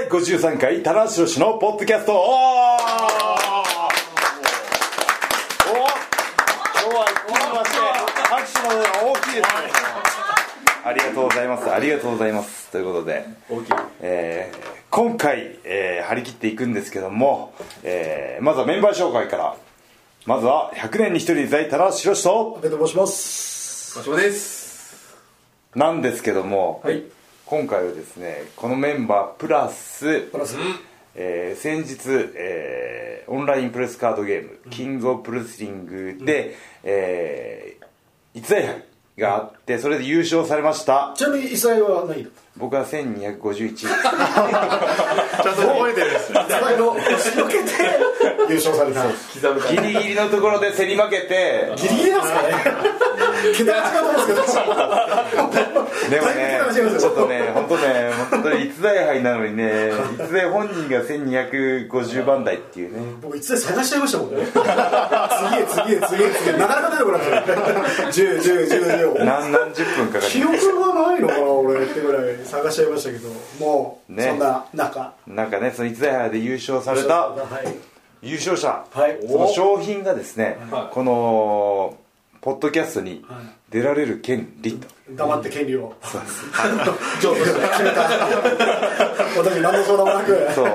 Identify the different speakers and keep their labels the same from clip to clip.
Speaker 1: 第53回棚橋宏のポッドキャスト。今日は一気にまして拍手の方が大きいですね。ありがとうございます。ありがとうございます。ということで、今回、張り切っていくんですけども、まずはメンバー紹介から。まずは100年に1人に在棚橋宏と
Speaker 2: 阿部と申します。
Speaker 3: 松島です。
Speaker 1: なんですけども、
Speaker 2: はい、
Speaker 1: 今回はですね、このメンバープラス先日、オンラインプレスカードゲーム、キングオブプロレスリングで、逸材杯があって、それで優勝されました。
Speaker 2: ちなみに逸材は何だった？
Speaker 1: 僕は1251。ちゃんと
Speaker 3: 覚えてるんですよ。
Speaker 2: 逸材の押しのけて優勝された。
Speaker 1: ギリギリのところで競り負けて、
Speaker 2: ギリギリなんですかね。桁が違うと思うんですけど。
Speaker 1: でもね、ちょっとね、本当に逸材杯なのにね、逸材本人が1250番台っていうね。
Speaker 2: 僕逸材探しちゃいましたもんね。次なかなか出てこなくて。10
Speaker 1: 何十分かかる。
Speaker 2: 記憶がないのかな俺ってぐらい探しちゃいましたけど、もう、ね、そんな中
Speaker 1: ね、その逸材杯で優勝された優勝者、その商品がですね、このポッドキャストに出られる権利と。
Speaker 2: 黙って権利を。そうです。上手して決めた。私何の相談もなく。そう。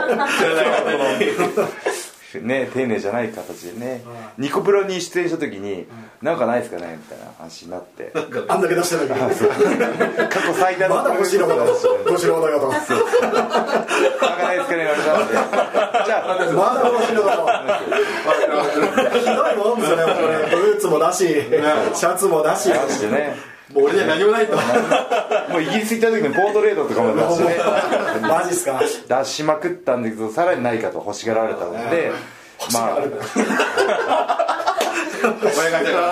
Speaker 1: ね、丁寧じゃない形でね、ニコプロに出演した時に、なんかないですかねみたいな話になって、
Speaker 2: あんだけ出してないけど、
Speaker 1: 過去最多の
Speaker 2: まだ欲しいのかな、どうしようだよと、なんか
Speaker 1: ないですかね言われたんで、じゃあ
Speaker 2: まだ欲しいのかと、ひどいもんですよね、ブーツもだし、シャツもだし、
Speaker 3: もう俺には何もないと。
Speaker 1: もうイギリス行った時にポートレードとかも出してね、
Speaker 2: マジっすか、
Speaker 1: 出しまくったんだけど、さらにないかと欲しがられたので、まあお願いし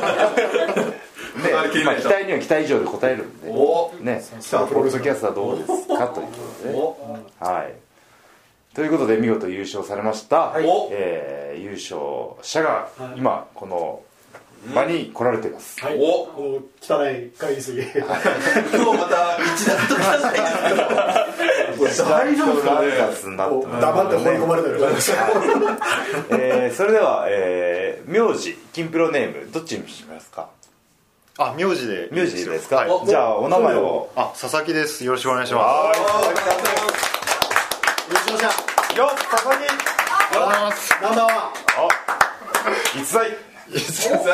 Speaker 1: ます。期待には期待以上で応えるんでね、ポッドキャストはどうですかということで、はい、ということで見事優勝されました、優勝者が今この場に来られています。
Speaker 2: はい、汚い会議室に。
Speaker 3: 今日また一段と汚いですけど。大丈夫ですかね。
Speaker 2: 黙って放り込まれてる。
Speaker 1: それでは、名字、金プロネームどっちにしますか？
Speaker 3: あ、名字で。
Speaker 1: 名字ですか？じゃあお名前を。
Speaker 3: 佐々木です。よろしくお願いします。
Speaker 2: 優勝者。
Speaker 1: よっ、佐々木。
Speaker 2: ナンバーワン。
Speaker 1: 逸材。ちょっ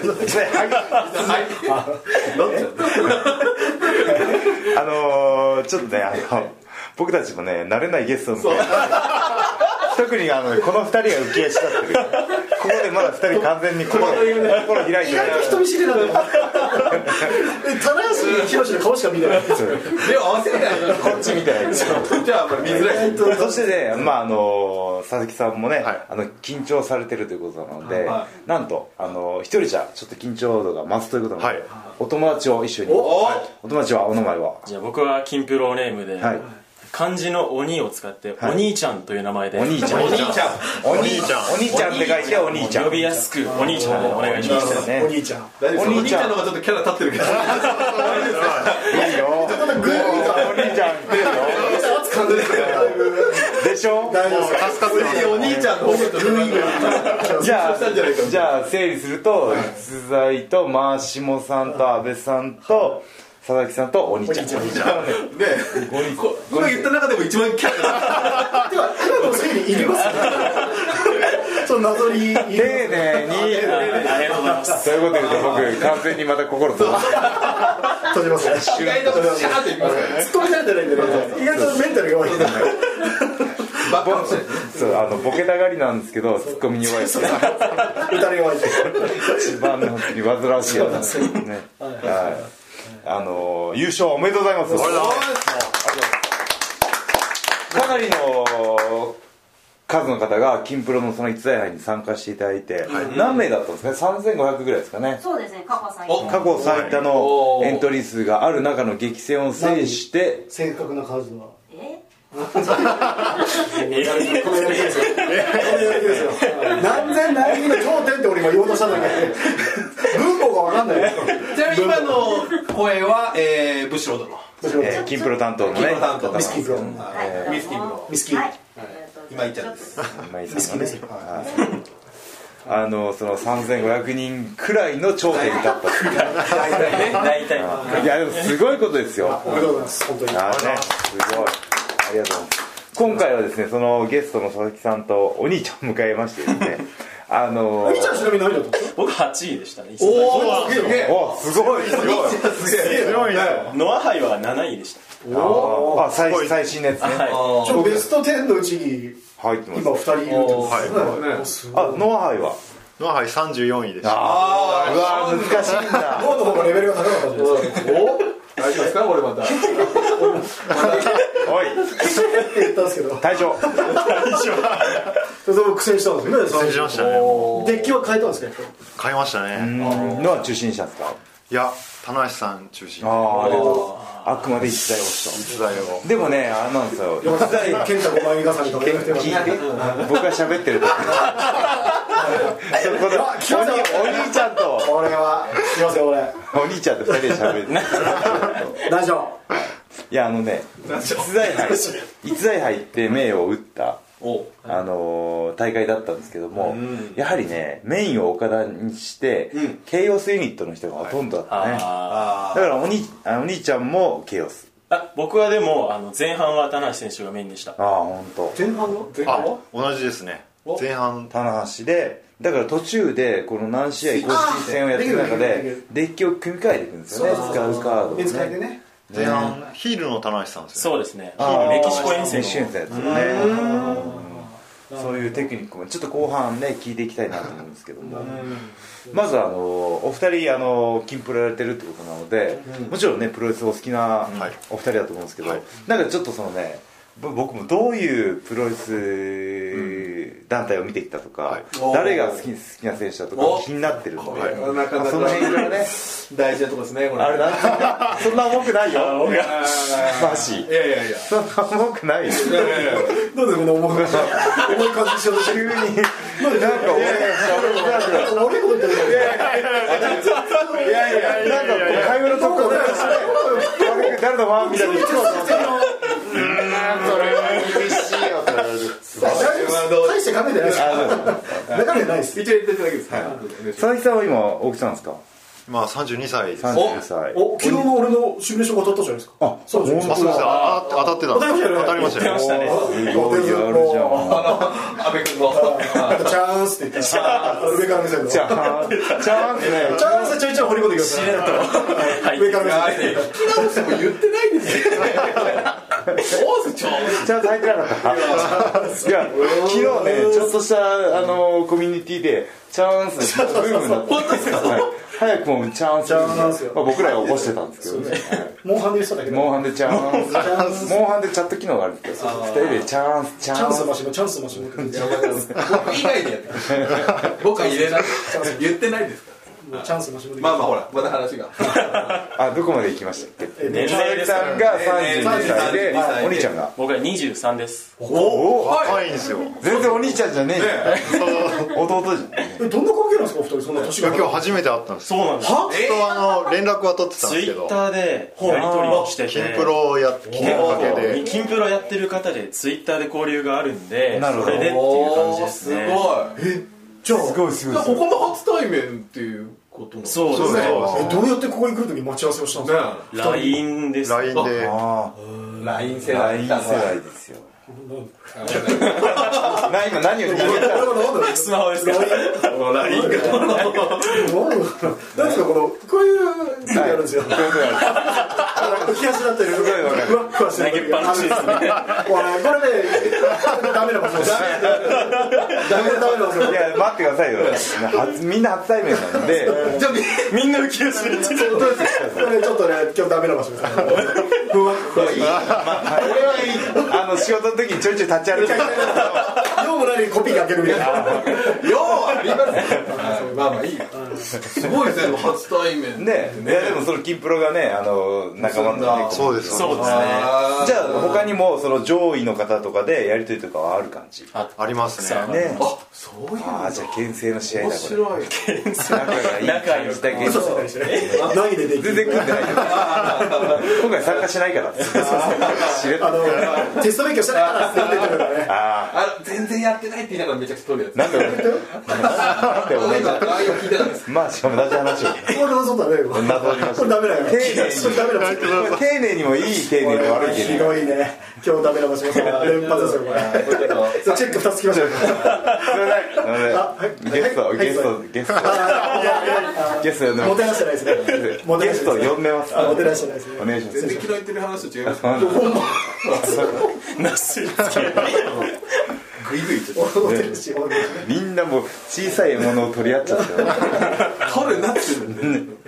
Speaker 1: とね、僕たちもね、慣れないゲストを迎えて、特にこの2人が浮き足立ってる。ここでまだ2人完全に心開いてない。
Speaker 2: 意外と人見知りなんだよ。棚橋宏の顔しか見てない。
Speaker 3: 目を合わせない。
Speaker 1: こっち見てない。
Speaker 3: じゃあ見づらい。
Speaker 1: そしてね、佐々木さんもね、緊張されてるということなので、なんと一人じゃちょっと緊張度が増すということなので、お友達を一緒に。お友達はお名前は？
Speaker 4: じゃあ僕は金プロネームで、漢字の鬼を使ってお兄ちゃんという名前で、
Speaker 1: お兄ちゃんって書いてお兄ちゃん、
Speaker 4: 呼びやすくお兄ちゃんでお願いします。
Speaker 2: お兄ちゃん、
Speaker 3: お兄ちゃんの方がちょっとキャラ立ってるけど、いい
Speaker 1: よ、お兄ちゃんでしょ。
Speaker 2: 大丈夫ですか？
Speaker 3: 助かってお兄ちゃんの方が
Speaker 1: じゃあ整理すると、逸材とマーシモさんと阿部さんと佐々木さんとお兄ちゃん。
Speaker 3: 今言った中でも一番キャラ。
Speaker 2: では今の整理いりますか？その謎に丁寧
Speaker 1: に。ありがとうございます。そういうこと言うと僕完全にまた心閉
Speaker 2: じますね。
Speaker 3: 意外とシャーっていきますね。
Speaker 2: 突っ込みされてないんでね。意外とメンタル弱い。
Speaker 1: そう、ボケたがりなんですけどツッコミに弱いですね。
Speaker 2: 打たれ弱い。
Speaker 1: 一番本当に煩わしいやつですね。優勝おめでとうございます。かなりの数の方が金プロのその逸材杯に参加していただいて、何名だったんですかね？3500ぐらいですかね。
Speaker 5: そうですね、過去
Speaker 1: 最多のエントリー数がある中の激戦を制して、
Speaker 2: 正確な数は何千何人の頂点って俺今言おうとしたんだけど、文法が分かんない。
Speaker 3: ちなみに今の声はブシロードの
Speaker 1: 金プロ担当のね
Speaker 2: ミスキンプロ
Speaker 3: ミスキンプロ
Speaker 2: ミスキン
Speaker 3: 今井ちゃんです
Speaker 1: 今井さんがねその3500人くらいの頂点に立った
Speaker 4: 大体
Speaker 1: いやでもすごいことですよ。
Speaker 2: おめでとうございます本当に
Speaker 1: すごいありがとうございます。今回はですねそのゲストの佐々木さんとお兄ちゃんを迎えましてですね
Speaker 2: お兄ちゃんちなみに何だったんですか？
Speaker 4: 僕8位でしたね。
Speaker 3: おおすげえ
Speaker 1: おすごいすごい
Speaker 4: ノア杯は7位でした。
Speaker 1: 最新のやつね
Speaker 2: ベスト10のうちに
Speaker 1: 入ってます。
Speaker 2: 今2人いるってことですね。
Speaker 1: ノア杯は
Speaker 5: ノア杯34位でした。
Speaker 1: うわ難しいんだ。
Speaker 2: ノアの方がレベルが高かったじゃないですか。
Speaker 3: 大丈夫ですかこれまた
Speaker 1: おい
Speaker 2: って言ったんですけど
Speaker 1: 隊長
Speaker 2: それも苦戦したんですよね。
Speaker 5: 苦戦しましたね。
Speaker 2: デッキは変えたんですか？
Speaker 5: 買いましたね。
Speaker 1: のは中心したんですか？
Speaker 5: いや棚橋さん中心。
Speaker 1: ありがとう。あくまで一台押し
Speaker 5: 逸材を。
Speaker 1: た。でもねなんですよ。一台
Speaker 2: 健太5枚重ねとか言っても
Speaker 1: 聞いて僕が喋ってる時そこでお兄ちゃんと
Speaker 2: 俺はすいません俺
Speaker 1: お兄ちゃんと2人で喋って
Speaker 2: 大丈夫。
Speaker 1: いや逸材杯って名誉を打った大会だったんですけども、やはりねメインを岡田にしてケイオスユニットの人がほとんどだったね。だからお兄ちゃんもケイオス。
Speaker 4: 僕はでも前半は棚橋選手がメインでした。
Speaker 1: 本当。
Speaker 2: 前半は
Speaker 5: 同じですね。前半
Speaker 1: 棚橋でだから途中でこの何試合公式戦をやってる中でデッキを組み替えていくんですよね。使うカードを
Speaker 2: 使えてね。
Speaker 5: 前半ヒールの棚橋さんですよ。
Speaker 4: そうですね。メキシコ遠征の
Speaker 1: やつね。そういうテクニックもちょっと後半ね聞いていきたいなと思うんですけども、まずお二人キンプロやれてるってことなので、もちろんねプロレスお好きなお二人だと思うんですけど、なんかちょっとそのね僕もどういうプロレス団体を見てきたとか、誰が好きな選手だとか気になってるので、その辺がね
Speaker 3: 大事なとこですねこれ。
Speaker 1: あれなんそんな重くないよマジ。
Speaker 3: いやいや
Speaker 1: そんな重くないよ。
Speaker 2: なんでこんな重い感じしようとして
Speaker 1: 急になんか
Speaker 2: 悪いこと言ってる
Speaker 1: いやなんか会話のとこで誰のファンみたいな人はそれは厳しいよって言われる。
Speaker 2: 大して考えてないです中身はないです
Speaker 3: 一応言っていただけです
Speaker 1: 佐々木さんは今おいくつなんですか？
Speaker 5: まあ32歳です。
Speaker 1: 32歳。
Speaker 2: 昨日の俺のシミュレーションが当たったじゃないですか。そうです。
Speaker 5: そうです。当たってた。当たりましたね。
Speaker 1: すごいやるじゃん。
Speaker 3: 阿部君の
Speaker 2: チャンスって言ったら上から見せるの。チャンスちょいちょい掘り込んできます。上から見せる。
Speaker 3: 昨日も言ってないんですよ。
Speaker 1: ちゃんと入ってなかった。いや昨日ねちょっとしたコミュニティでチャンスブームになって。早くもチャンス、僕らが起こしてたんですけどね。
Speaker 2: モンハンで言ってただけど。
Speaker 1: モンハンでチャンス、モンハンでチャット機能があるんですけど、2人でチャンス
Speaker 2: マシモチャンスマシモって
Speaker 3: 僕以外でやって僕は入れない言ってないですか
Speaker 2: チャンスマシモ。
Speaker 3: まあほらまた話が
Speaker 1: どこまで行きましたっけ？
Speaker 4: 年齢です
Speaker 1: さんが32歳でお兄ちゃんが
Speaker 4: 僕は23です。
Speaker 5: 若いんですよ。
Speaker 1: 全然お兄ちゃんじゃねえ弟じゃん。
Speaker 2: どんな関係なんですかお二人そんな年が。
Speaker 5: 今日初めて会ったんです。
Speaker 4: そうなんです。
Speaker 5: 連絡は取ってたんですけど、
Speaker 4: ツイッターでやり取りをしてて、
Speaker 5: キンプロをやってきっかけで
Speaker 4: キンプロやってる方でツイッターで交流があるんで、
Speaker 1: なるほど
Speaker 4: それでっていう感じですね。
Speaker 2: じゃあ
Speaker 1: すごい
Speaker 3: ここも初対面っていうことなんです
Speaker 4: そうですね。
Speaker 2: どうやってここに来るとき待ち合わせをしたんですか？
Speaker 4: LINE です。
Speaker 5: LINE で
Speaker 3: LINE 世
Speaker 1: 代ですよ。今何を
Speaker 4: スマホですか？
Speaker 2: LINE が何ですかこういうのやるんですよ。浮き足だったりふわふわしてる。
Speaker 4: 投げっぱなしですね。
Speaker 2: これねダメな場所です。ダメな場所。
Speaker 1: いや待ってくださいよ。みんな初対面なんで
Speaker 4: みんな浮き足で。
Speaker 2: ちょっとね今日ダメな場所です。ふわふわ。
Speaker 1: これはいい。仕事の時にちょいちょい立ち歩いて
Speaker 2: 用もないコピー開けるみたいな。
Speaker 3: ようありますまあまあいいすごいですね初対面
Speaker 1: ね。いやでもそのキンプロがね仲間のね。
Speaker 5: そうです。
Speaker 4: そうですね。
Speaker 1: じゃあ他にもその上位の方とかでやり取りとかはある感じ？
Speaker 5: ありますね。
Speaker 3: あ、そういうの。
Speaker 1: ああ、じゃあ牽制の試合だこれ。
Speaker 3: 面白い。
Speaker 1: 仲がいい感じだけど
Speaker 2: 何でできる？
Speaker 1: 全然組んでないけど今回参加しないから
Speaker 2: テスト勉強したからって言ってるからね。
Speaker 3: 全然やってないって言いながらめちゃくちゃ取るやつ。
Speaker 1: なんで俺
Speaker 3: 聞いてたんです。
Speaker 1: まあしかも同じ話を
Speaker 2: これそうだね。これダメだよ。
Speaker 1: 丁寧にもいい丁寧で悪い丁寧。
Speaker 2: ひどいね。今日ダメな場所が連発ですよこれ。チェック2つきましょう。
Speaker 1: ゲスト呼んでます。
Speaker 2: もてなしてないですね。
Speaker 1: ゲスト呼んでます。
Speaker 2: もてなしてないですね。
Speaker 1: お願いします。
Speaker 3: 全然昨日言ってる話と違います。
Speaker 4: なすりつけ
Speaker 3: グイグイちょっと
Speaker 1: みんなもう小さいものを取り合っちゃって
Speaker 3: 取るなってるんで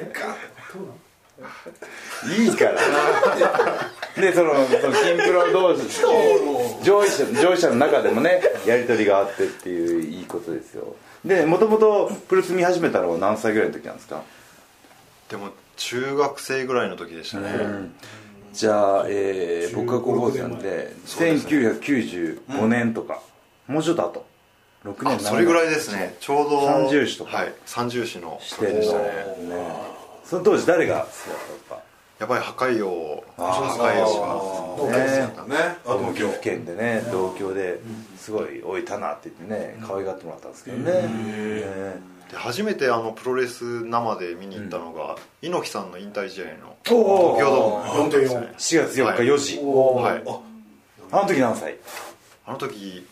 Speaker 1: いいからでその金プロ同士上位者の中でもねやり取りがあってっていういいことですよ。でもともとプロレス見始めたのは何歳ぐらいの時なんですか？
Speaker 5: でも中学生ぐらいの時でしたね。
Speaker 1: じゃあ、僕が高校生なんで1995年とか、もうちょっと後6年7年
Speaker 5: それぐらいですね。ちょうど
Speaker 1: 三重士とか、
Speaker 5: はい、三重士の
Speaker 1: して
Speaker 5: でしたね。
Speaker 1: その当時誰が好きだったのか？
Speaker 5: やっぱり破壊王が
Speaker 3: ね。
Speaker 1: 同居府県でね同郷ですごいおいたなって言ってね可愛がってもらったんですけどね。
Speaker 5: で初めてプロレス生で見に行ったのが、猪木さんの引退試合の東京ドームですね。
Speaker 1: 4月4日4時、
Speaker 5: はい、
Speaker 1: あの時何歳？
Speaker 5: あの時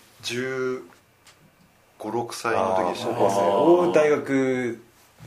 Speaker 5: 15、6歳の時でしたね。
Speaker 1: 大学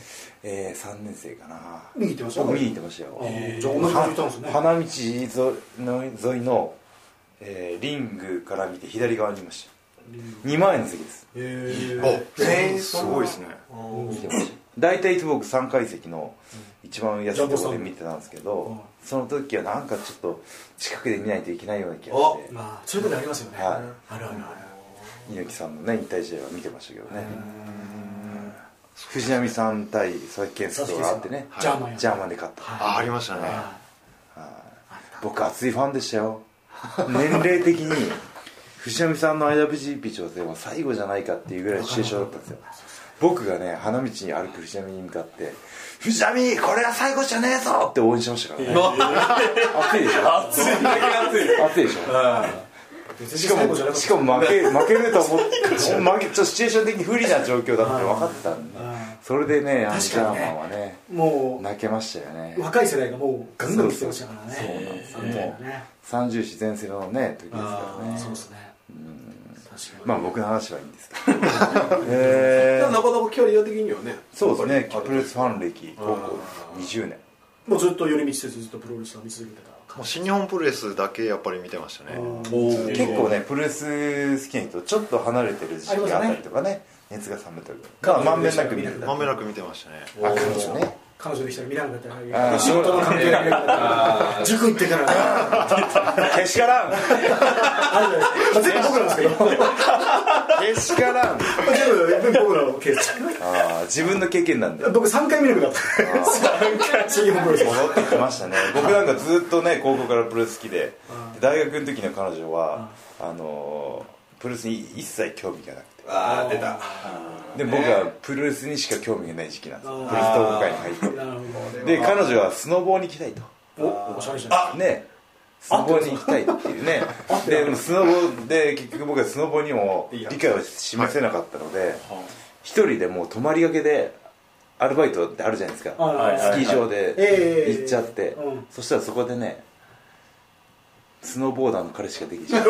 Speaker 1: 3年生かな。
Speaker 2: 見に行ってました？
Speaker 1: 見に行ってましたよ。
Speaker 2: じゃあ同じ場所行ったんですね。
Speaker 1: 花道沿いの、リングから見て左側にいました。2万円の席です。
Speaker 5: すごいですね。
Speaker 1: 大体いつも僕3階席の一番安いところで見てたんですけど、その時はなんかちょっと近くで見ないといけないような気がして、
Speaker 2: まあそういうことありますよね。あるあるある。
Speaker 1: 猪木さんのね引退試合は見てましたけどね。藤波さん対佐々木健介があってね、ジャーマンで勝った。
Speaker 5: ありましたね。
Speaker 1: 僕熱いファンでしたよ。年齢的に藤波さんの IWGP 挑戦は最後じゃないかっていうぐらいシチュエーションだったんですよ。僕がね花道に歩く藤波に向かって「藤波これが最後じゃねえぞ!」って応援しましたからね。熱いでしょ。熱いでしょ。しかも負けると思ってちょっとシチュエーション的に不利な状況だって分かってたんで、それでねジャーマンはねもう泣けましたよね。
Speaker 2: 若い世代がもうガンガン来てましたからね。
Speaker 1: そうなんですね。三重士全盛のね時ですからね。
Speaker 2: そうですね。
Speaker 1: まあ僕の話はいいんですけどなかな
Speaker 3: か距離的にはね。
Speaker 1: そうですね。プロレスファン歴高校20年
Speaker 2: もうずっと寄り道せずずっとプロレスを見続けてた。
Speaker 5: もう新日本プロレスだけやっぱり見てましたね。
Speaker 1: 結構ねプロレス好きな人ちょっと離れてる時期があったりとかね、熱が冷めたりとかまんべんなく見てた。
Speaker 5: まんべんなく見てましたね。
Speaker 2: 彼女できたら見なかったら仕事の関係で見なかったら塾行ってから
Speaker 1: けしからん
Speaker 2: 全部僕なんですけど
Speaker 1: けしからん
Speaker 2: 全部僕のケース。
Speaker 1: 自分の経験なんで
Speaker 2: 僕3回見なくなった。新日本プロレス
Speaker 1: 戻ってきましたね。僕なんかずっとね高校からプロレス好きで大学の時の彼女はプロレスに一切興味がなくて
Speaker 3: 出た。
Speaker 1: で僕はプロレスにしか興味がない時期なんですよ。プロレス同好会に入ってで彼女はスノボーに行きたいとねスノボーに行きたいっていうねでスノボで結局僕はスノボにも理解を示せなかったので一人でもう泊まりがけでアルバイトってあるじゃないですかスキー場で行っちゃってそしたらそこでねスノーボーダーの彼氏ができちゃう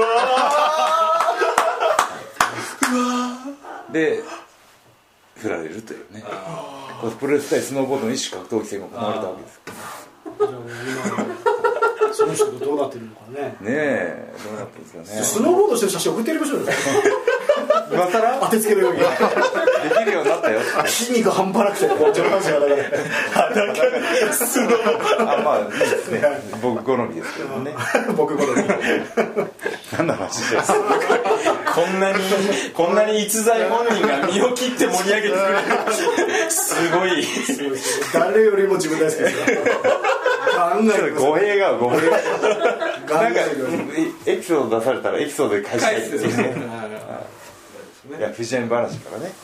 Speaker 1: で振られるというねプロレス対スノーボードの一種格闘技戦が行われたわけです。
Speaker 2: その人とどうなってるのかね。
Speaker 1: ねえどうなってるんですかね。
Speaker 2: スノーボードしてる写真送ってやりましょうよ。
Speaker 1: 今更
Speaker 2: 当てつけるように
Speaker 1: できるようになったよ。
Speaker 2: 筋肉半端なくて上半身がだから
Speaker 1: スノーまあいいですね。僕好みですけどね。
Speaker 2: 僕好み。
Speaker 1: 何の話してるんですか。
Speaker 4: こんなに逸材本人が身を切って盛り上げてくれるすごい
Speaker 2: 誰よりも自分大好きですよ。
Speaker 1: 語弊がなんかエピソード出されたらエピソードで返したいっていうねいや藤波話からね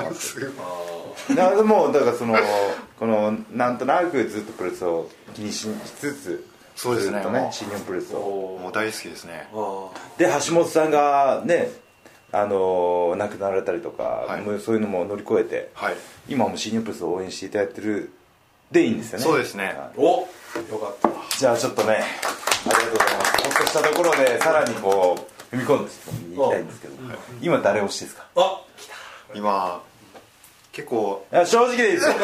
Speaker 1: もうだからこのなんとなくずっとプロレスを気にしつつ
Speaker 5: そうですね、
Speaker 1: ずっとね新日本プロレスを
Speaker 5: もう大好きですね。
Speaker 1: で橋本さんがね亡くなられたりとか、はい、もうそういうのも乗り越えて、はい、今も新日本プロレスを応援していただいてるでいいんですよね。
Speaker 5: そうですね、はい、
Speaker 2: およかった。
Speaker 1: じゃあちょっとねありがとうございます。ほっとしたところでさらにこう踏み込んでいきたいんですけど、はい、今誰推しですか？
Speaker 2: あ来た。
Speaker 5: 今結構
Speaker 1: 正直でいいですよこれ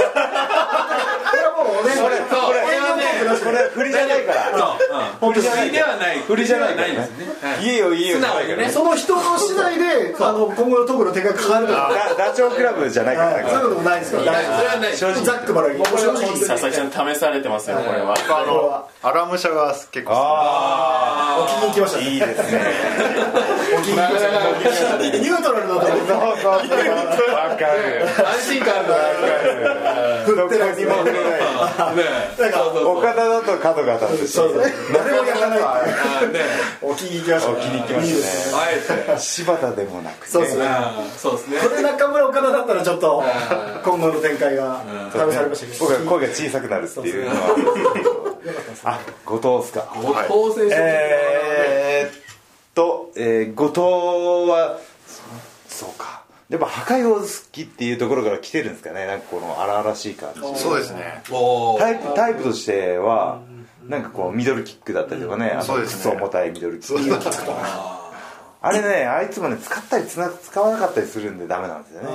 Speaker 1: 振りじゃないから
Speaker 2: 振りではない
Speaker 1: 振りじゃないからね言えよ素直にね
Speaker 2: その人の次第で今後のトークの手が変わるから
Speaker 1: ダチョウ倶楽部じゃないから
Speaker 2: そういうこともないですから正直ザックバラギ
Speaker 4: 佐々木さん試されてますよこれは
Speaker 5: アラム社が結構
Speaker 2: お気に入きましたね
Speaker 1: いいですね
Speaker 2: お気に入きましたニュートラルだと思って
Speaker 1: 分かる
Speaker 2: 安心感が
Speaker 1: どこにも触れない岡田だと角が立つし
Speaker 2: 誰もやらないお気に入きました
Speaker 1: お気に入きましたね柴田でもなくて
Speaker 2: そうですねこれ中村岡田だったらちょっと今後の展開が試されましたけど
Speaker 1: 僕は声が小さくなるっていうのは後藤ですか
Speaker 2: 後藤選手
Speaker 1: 後藤はそうかでも破壊王好きっていうところから来てるんですかね。なんかこの荒々しい感じ。
Speaker 5: そうですね。
Speaker 1: タイプとしてはなんかこうミドルキックだったりとかね、クソ重たいミドルキックあれね、あいつもね使ったり使わなかったりするんでダメなんですよね。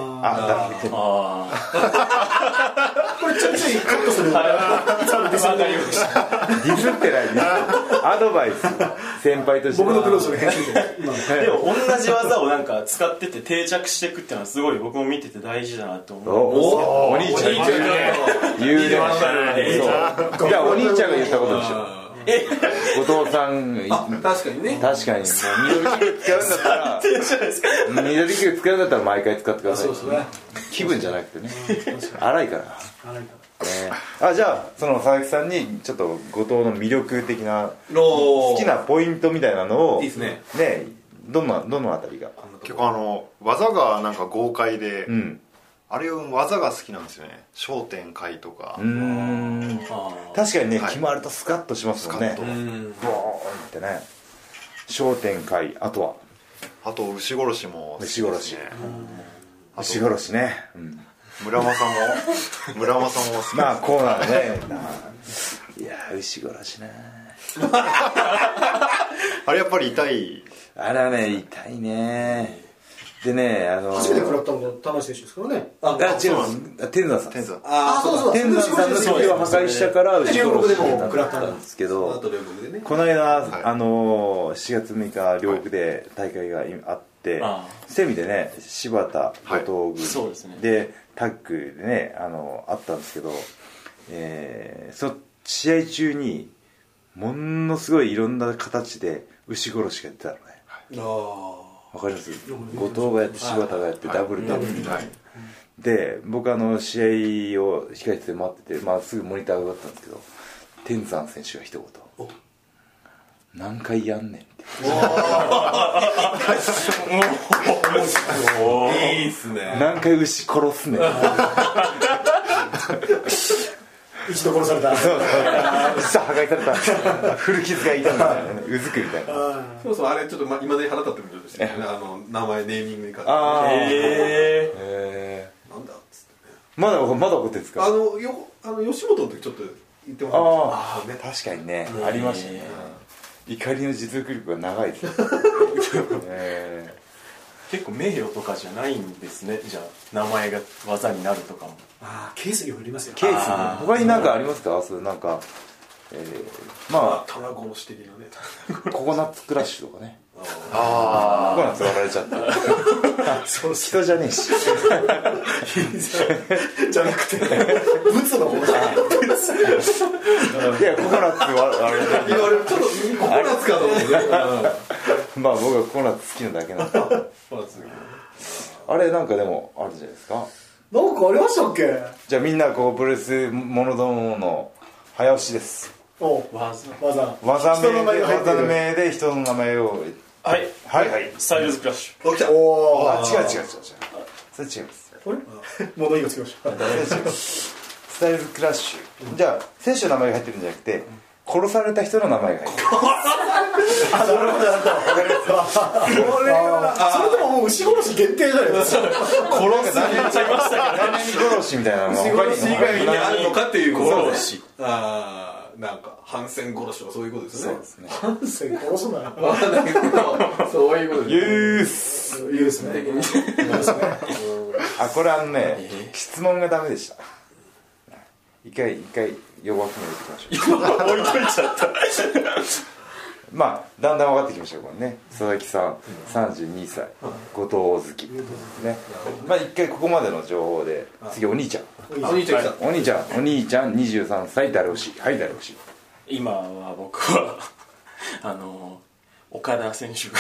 Speaker 2: これちょいちょいカットする。
Speaker 1: ディスってないアドバイス先輩として
Speaker 2: 僕のクロスの編集
Speaker 4: でも同じ技をなんか使ってて定着していくっていうのはすごい僕も見てて大事だなと思
Speaker 1: う。お兄ちゃん言うね。じゃあお兄ちゃんが言ったことでしょ。後藤さん
Speaker 2: 確かにね
Speaker 1: 確かにもうミドルキック使うんだったらミドルキック使うんだったら毎回使ってください。気分じゃなくてね荒いからじゃあその佐々木さんにちょっと後藤の魅力的な好きなポイントみたいなのを
Speaker 2: いいですね
Speaker 1: どのあたりが
Speaker 5: 結構技がなんか豪快であれ技が好きなんですよね。昇天回とか
Speaker 1: 確かにね決まるとスカッとしますもんね。ボーンってね昇天回あと
Speaker 5: 牛殺しも好きですね。
Speaker 1: 牛殺しね
Speaker 5: 村正も好き。
Speaker 1: まあこうなのねいや牛殺しね
Speaker 5: あれやっぱり痛い。
Speaker 1: あれはね痛いねでね
Speaker 2: 初めて食らったのが田中選手ですからね。
Speaker 1: 違う天山さん。
Speaker 5: 天山
Speaker 1: 天山さんの首を破壊したから牛殺し
Speaker 2: 食らったん
Speaker 1: ですけどこの間7月6日両国で大会があってセミでね柴田後藤組でタッグでねあったんですけどその試合中にものすごいいろんな形で牛殺しが出たのね。わかります？後藤がやって柴田がやってダブルで僕試合を控室で待っててすぐモニターがあったんですけど天山選手が一言何回やんねんって
Speaker 2: いいっすね。
Speaker 1: 何回牛殺すねん
Speaker 2: 一度殺された
Speaker 1: 実は破壊された古傷がいたみたいなねうずくみたいな
Speaker 3: そうあれちょっと今で腹立ってるんですよね名前ネーミングに関して
Speaker 1: なんだっ
Speaker 3: つってね
Speaker 1: まだ怒ってるんですか
Speaker 3: 吉本の時ちょっと言ってもらった
Speaker 1: 確かにねありましたね怒りの持続力が長いです
Speaker 4: 結構名誉とかじゃないんですね。じゃあ名前が技になるとかも
Speaker 2: ケースにもよりますよね。
Speaker 1: ケースに他に何かありますか？なんか
Speaker 3: 棚殺し的なね
Speaker 1: ココナッツクラッシュとかねココナッツ割られちゃった人じゃねえし
Speaker 2: じゃなくてブツの方だ
Speaker 1: いやココナッツ割られちゃった
Speaker 3: ちょっとココナッツかと思って
Speaker 1: 僕はココナッツ好きなだけなんであれなんかでもあるじゃないですか。
Speaker 2: なんかありましたっけ？
Speaker 1: じゃあみんなプロレスモノドームの早押しです。 技名で人の名前を。
Speaker 4: はい
Speaker 1: はいはい。
Speaker 4: スタイルズクラッシ
Speaker 2: ュ。
Speaker 1: 違う。それ違います。
Speaker 2: あれ物言いがつきました。
Speaker 1: スタイルズクラッシュ。じゃあ選手の名前が入ってるんじゃなくて殺された人の名前が入ってる。
Speaker 2: なるほど。これはそれでももう牛殺し限定じゃないですか。
Speaker 4: 殺す何やっちゃいましたけど
Speaker 1: 何殺しみたいなのが
Speaker 3: 他に以外にあるのかっていう
Speaker 4: 殺し。
Speaker 3: なんか反戦殺しとかそういうことですね。そうですね。
Speaker 2: 反戦殺すなよ。
Speaker 3: わかんないけどそういうことです。
Speaker 1: ユース。
Speaker 2: いいですね。
Speaker 1: これ質問がダメでした。一回弱く置いてきましょう。
Speaker 4: 置いといちゃった。
Speaker 1: まあだんだん分かってきましたこれね。佐々木さん32歳、後藤月ね。まあ一回ここまでの情報で、次お兄ちゃん。お兄ちゃん23歳、誰推し？はい、誰推し？
Speaker 4: 今は僕は岡田選手が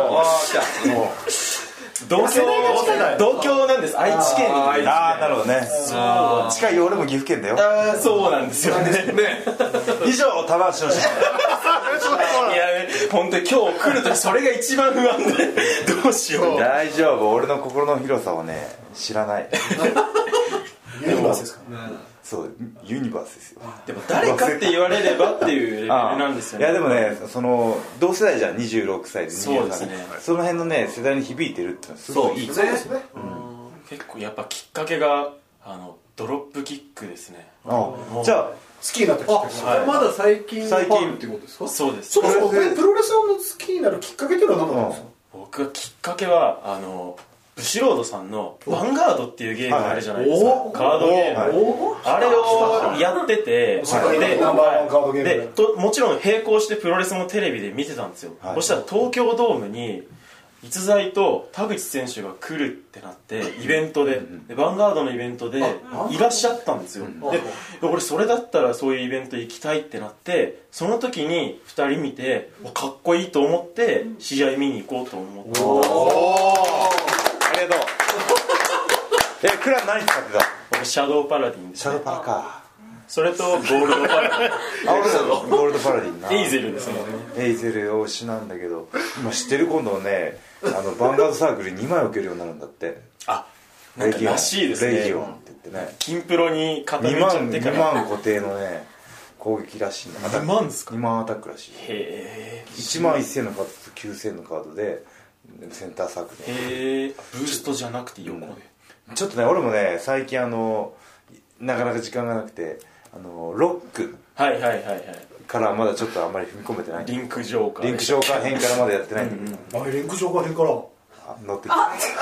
Speaker 4: 同郷なんです。愛知県。
Speaker 1: なるほどね。近いよ。俺も岐阜県だよ。
Speaker 4: そうなんですよね。
Speaker 1: 以上棚橋の試合。
Speaker 4: いや本当に今日来るとそれが一番不安でどうしよう。
Speaker 1: 大丈夫。俺の心の広さをね知らない。
Speaker 2: ユニバースですか。
Speaker 1: そうユニバースですよ。
Speaker 4: でも誰かって言われればっていうレベルなんですよね。
Speaker 1: いやでもね、その同世代じゃん、26歳で
Speaker 4: そうですね。
Speaker 1: その辺のね世代に響いてるってのはすごいいいですね。
Speaker 4: 結構やっぱきっかけがドロップキックですね。
Speaker 1: じゃあ
Speaker 2: 好きになったきっかけ。
Speaker 3: まだ最近っていうことですか。
Speaker 4: そうです。
Speaker 2: そうプロレスの好きになるきっかけっていうのは何だったんですか。
Speaker 4: 僕はきっかけはブシロードさんのヴァンガードっていうゲームがあるじゃないですか。カードゲーム。あれをやってて、でもちろん並行してプロレスもテレビで見てたんですよ。そしたら東京ドームに逸材と田口選手が来るってなってイベントでヴァンガードのイベントでいらっしゃったんですよ。で俺それだったらそういうイベント行きたいってなって、その時に2人見てかっこいいと思って試合見に行こうと思って。
Speaker 1: ありがとう。クラン何使ってた？
Speaker 4: 僕シャドウパラディンです。
Speaker 1: シャドウパラか。
Speaker 4: それとゴールドパラディン。
Speaker 1: ゴールドパラディンな。
Speaker 4: エイゼルですね。
Speaker 1: エイゼル推しなんだけど、今知ってる？今度ねヴァンガードサークル2枚置けるようになるんだって。
Speaker 4: なんからしいですね。
Speaker 1: レギオンって言ってね。
Speaker 4: 金プロに傾いちゃってから
Speaker 1: 2万固定のね攻撃らしいんだ。
Speaker 4: 2万ですか？
Speaker 1: 2万アタックらしい。
Speaker 4: へえ。
Speaker 1: 1万1000のカードと9000のカードでセンターサークル。
Speaker 4: へえ。ブーストじゃなくて横で。
Speaker 1: ちょっとね俺もね最近なかなか時間がなくてロックからまだちょっとあんまり踏み込めてない。
Speaker 4: リンクジョーカ
Speaker 1: ー編からまだやってないんだけど。
Speaker 2: リンクジョーカー編から
Speaker 1: 乗ってきた。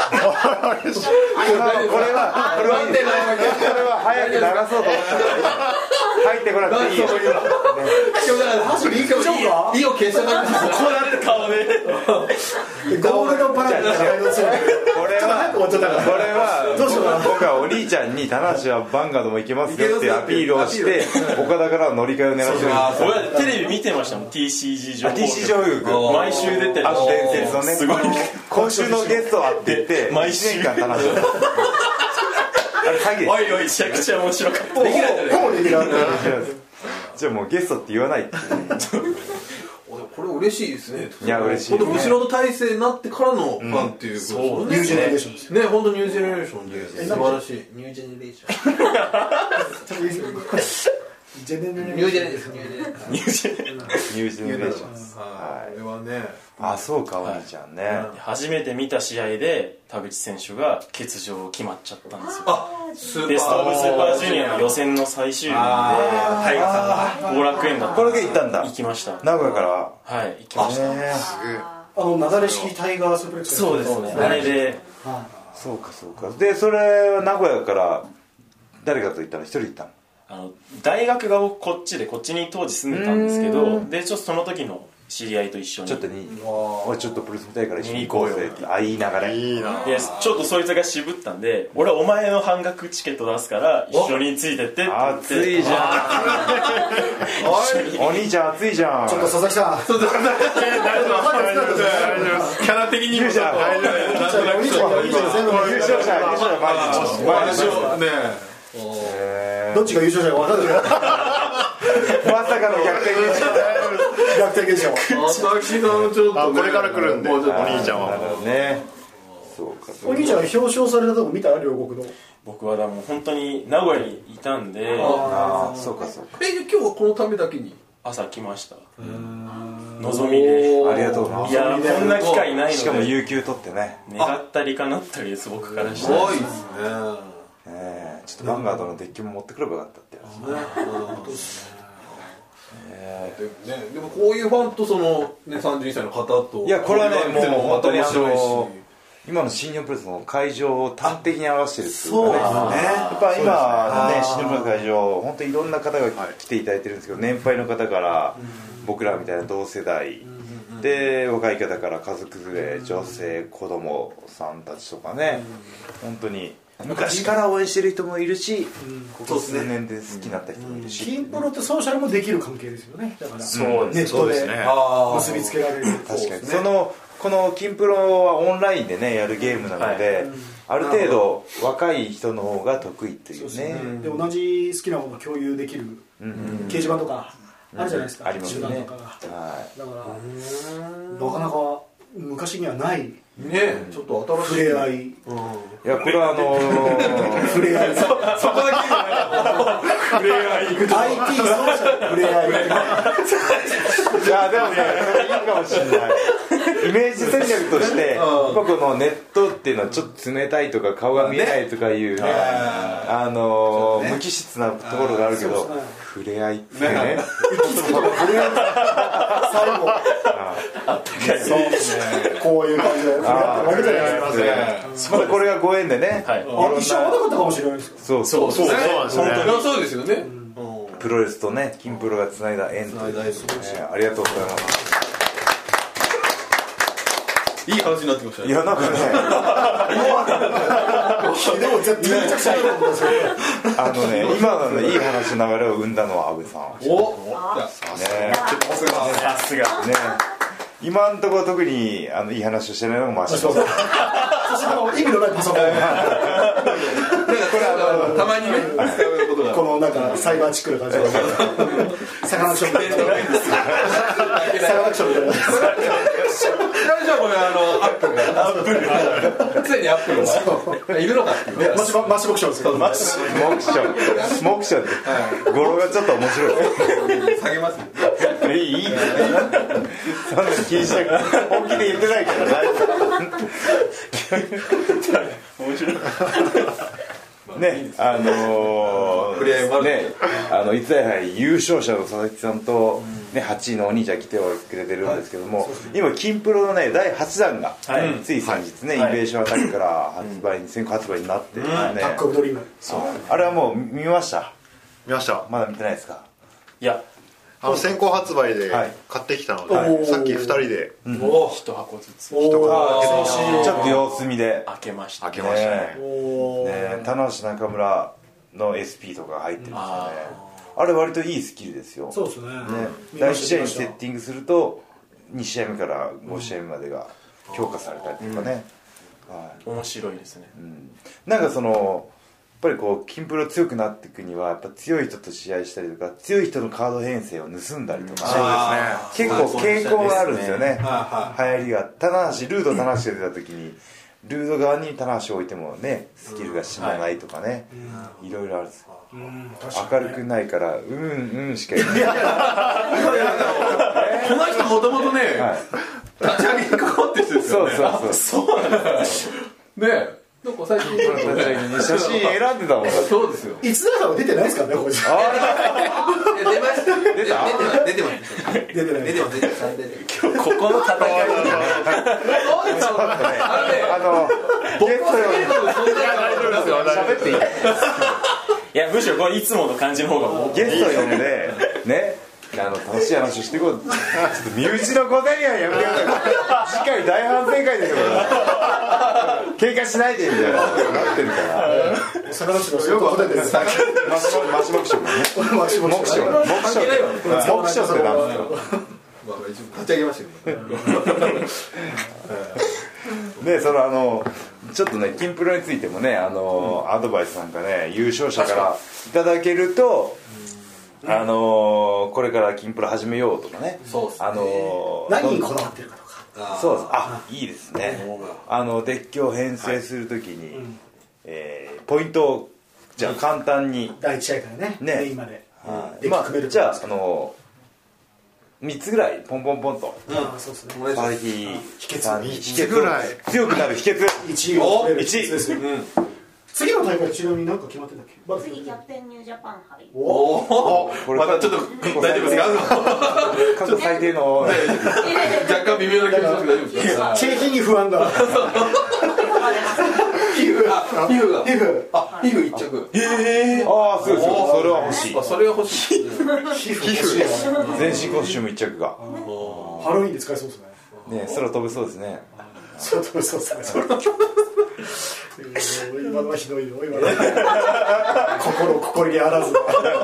Speaker 1: これは早く流そうと思った入ってこなくていいよ。
Speaker 2: リンクジョーカー
Speaker 3: いいよ消したかった。
Speaker 4: こうなって顔で
Speaker 2: ゴールドパラディン
Speaker 1: これは僕はお兄ちゃんに棚橋はヴァンガードもいけますよっていうアピールをして岡田からの乗り換えを狙ってる。
Speaker 4: 俺テレビ見てましたもん。 TCG 情報
Speaker 1: TCG 情報
Speaker 4: 毎週出てる。
Speaker 1: 伝説のね
Speaker 4: すごい
Speaker 1: 今週のゲストはって言って
Speaker 4: 毎週
Speaker 1: 1年間棚橋あれ詐欺です。
Speaker 4: おいおいめちゃくちゃ面白かった。
Speaker 2: できないじゃない
Speaker 1: じゃあもうゲストって言わないって
Speaker 3: これ嬉しいですね。
Speaker 1: いや嬉しいね。
Speaker 3: 本当後ろの体制になってからのファンっていうことですね。
Speaker 2: ニュージェネレーションです
Speaker 3: ね。本当ニュージェネレーションで素晴らしい。ニュージェネレーション。
Speaker 2: ニュージェネレーション。
Speaker 3: ニュージェネレーション。
Speaker 1: ニュージェネレーションです。
Speaker 3: これはね。
Speaker 1: そうかお兄ちゃんね。
Speaker 4: 初めて見た試合で田口選手が欠場決まっちゃったんですよ。ベストオブスーパージュニアの予選の最終日で後楽園だった。
Speaker 1: これで行ったんだ。
Speaker 4: 行きました。
Speaker 1: 名古屋からは。
Speaker 4: はい行きました。
Speaker 2: なだれ式タイガースープレックス。
Speaker 4: そうですね。あれで。
Speaker 1: そうか。でそれは名古屋から誰かと行ったの？一人行ったの？
Speaker 4: 大学がこっちに当時住んでたんですけど、でちょっとその時の知り合いと一緒に
Speaker 1: 俺ちょっとプロレス見たいから一緒に行こうぜっていい流れ。
Speaker 3: いいな。
Speaker 4: でちょっとそいつが渋ったんで、俺はお前の半額チケット出すから一緒についてってって言って。
Speaker 1: 熱いじゃんお兄ちゃん熱いじゃん。
Speaker 2: ちょっと佐々木さん
Speaker 3: キャラ的にもちょっと
Speaker 1: 優勝者
Speaker 3: ね。
Speaker 2: どっちが優勝者か分かんない。
Speaker 1: まさかの逆転現象。
Speaker 2: 逆転現象。
Speaker 3: 私がちょっと
Speaker 5: これから来るんで、お兄ちゃんは
Speaker 1: ね。そうか。
Speaker 2: お兄ちゃん表彰されたとこ見た？両国の。
Speaker 4: 僕はもう本当に名古屋にいたんで。
Speaker 1: ああ、そうかそうか。
Speaker 3: 今日はこのためだけに
Speaker 4: 朝来ました。望みで。
Speaker 1: ありがとうな。
Speaker 4: いやこんな機会ないので。
Speaker 1: しかも有給取ってね。
Speaker 4: 願ったり叶ったりです僕からした
Speaker 3: す
Speaker 4: ら。
Speaker 3: ごいですね。
Speaker 1: ちょっとヴァンガードのデッキも持ってくればよかったって
Speaker 3: でもこういうファンとそのね31歳の方と
Speaker 1: いやこれはねもう本当に
Speaker 3: 白
Speaker 1: 今の新日本プロレスの会場を端的に表してるっていうかねやっぱ今のね新日本プロレスの会場本当にいろんな方が来ていただいてるんですけど年配の方から僕らみたいな同世代で若い方から家族連れ女性子供さんたちとかね本当に昔から応援してる人もいるし、ここ数年で好きになった人もいるし、
Speaker 2: キンプロってソーシャルもできる関係ですよね。だから
Speaker 1: そう
Speaker 2: ネットで結びつけられる。
Speaker 1: 確かにこのキンプロはオンラインでねやるゲームなので、ある程度若い人の方が得意っていうね。
Speaker 2: で同じ好きなものを共有できる掲示板とかあるじゃないですか。
Speaker 1: ありますね。
Speaker 2: 集団とかが。だからなかなか昔にはない
Speaker 3: ね、ちょっと新しい
Speaker 2: 触れ合い。
Speaker 1: いやこれは
Speaker 2: 触れ合い。
Speaker 4: そこだけじゃない触れ合い
Speaker 2: IT ソーシャル触れ合い。
Speaker 1: いやでもねそれいいかもしれないイメージ戦略としてやっぱこのネットっていうのはちょっと冷たいとか顔が見えないとかいうね無機質なところがあるけど触れ合いっていうね
Speaker 2: 最後こういう感じで触れ合ってるわけじゃないですか。
Speaker 1: まだこれがご縁でね
Speaker 2: 一生なかったかもしれないです
Speaker 1: そうそう
Speaker 3: そうですよね。
Speaker 1: プロレスとねキンプロがつないだ縁というありがとうございます
Speaker 3: いい話になってきましたね。
Speaker 1: いやなんかね
Speaker 2: でも絶対めちゃくちゃいいと思うんですよ。
Speaker 1: 今のねいい話の流れを生んだのは安部さん
Speaker 4: さすが
Speaker 1: ね今のところ特にいい話をしてないのがマシモ
Speaker 2: そして意味のないパソコン
Speaker 3: たまにね使うことが
Speaker 2: このなんかサイバーチックな感じでサカナクションみたいなサカナクションみたいな
Speaker 3: 大丈夫これアップル常にアップルがいるのかっていう
Speaker 2: マシモクションですよ。
Speaker 1: モクションって語呂がちょっと面白い
Speaker 3: 下げます
Speaker 1: いいそんな気にしなくて本気で言ってないから大丈夫面白いね逸材杯優勝者の佐々木さんと、ね、8位のお兄ちゃん来てくれてるんですけども、今キンプロのね第8弾が、つい先日ね、インベーションアタックから先行発売になってるんですね、
Speaker 2: タックオブドリーム。
Speaker 1: あれはもう見ました？
Speaker 5: 見ました。
Speaker 1: まだ見てないですか？
Speaker 4: いや
Speaker 5: 先行発売で買ってきたので、さっき2人で
Speaker 4: 一箱ずつ
Speaker 1: ちょっと様子見で
Speaker 4: 開けました
Speaker 5: ね。
Speaker 1: 棚橋中村の SP とか入ってるんですよね。あれ割といいスキルですよ。
Speaker 2: そうですね。
Speaker 1: 第1試合にセッティングすると2試合目から5試合目までが強化されたりとかね、
Speaker 4: 面白いですね。
Speaker 1: なんかやっぱりこうキンプロ強くなっていくにはやっぱ強い人と試合したりとか強い人のカード編成を盗んだりとか、結構傾向があるんですよね。流行りがルード棚橋が出た時にルード側に棚橋を置いてもねスキルが死なないとかね、いろいろあるんですよ。明るくないからしか言えない
Speaker 3: この人もともとね立ち上げにかかってる人ですよね。
Speaker 1: そうなんです
Speaker 3: ねえなんか最近
Speaker 1: 写真選んでたもん。
Speaker 3: そうですよ。
Speaker 2: いつだかは出てないですからねこれ。
Speaker 3: 出ました。出てます。
Speaker 2: 出てない。
Speaker 4: ここの戦い
Speaker 1: 喋っていい？
Speaker 4: いやむしろこれいつもの感じの方が
Speaker 1: ゲスト呼んでね楽しい話していこう。ちょっと身内の小競り合いやめてください。次回大反省会ですよ。喧嘩しないでみたいななってるから
Speaker 2: サカナクションよく答えてる。
Speaker 1: マシモクションもね。モクションって何ですか？
Speaker 3: 立ち上げましたよ。
Speaker 1: でちょっとねキンプロについてもねアドバイスなんかね優勝者からいただけるとこれから金プロ始めようとかね、
Speaker 3: そうですね、
Speaker 2: 何にこだわってるかとか。
Speaker 1: そうです。いいですね。デッキを編成するときに、ポイントをじゃあ簡単に
Speaker 2: 第1試合からね、メインまで
Speaker 1: じゃあ3つぐらいポンポンポンと、
Speaker 2: そうですね、
Speaker 1: 秘訣
Speaker 5: ぐらい
Speaker 1: 強くなる秘訣
Speaker 2: 1位ですよ。次の大会ちなみに何か決まってたっけ？
Speaker 6: 次キャプテンニュージャパン杯。
Speaker 3: おお、まだちょっと大丈夫ですか？
Speaker 1: 過去最低の
Speaker 3: 若干微妙な気持ちで大丈夫ですか？
Speaker 2: 景気に不安だ。
Speaker 3: 皮膚一着。
Speaker 1: すごい、それは欲しい。
Speaker 3: それは欲しい。
Speaker 2: 皮膚
Speaker 1: 全身コスチューム一着が
Speaker 2: ハロウィンで使えそうですね。
Speaker 1: ね、空飛べそうですね。
Speaker 2: そうですね。今のはひどいよ、今の心にあらず。
Speaker 1: わ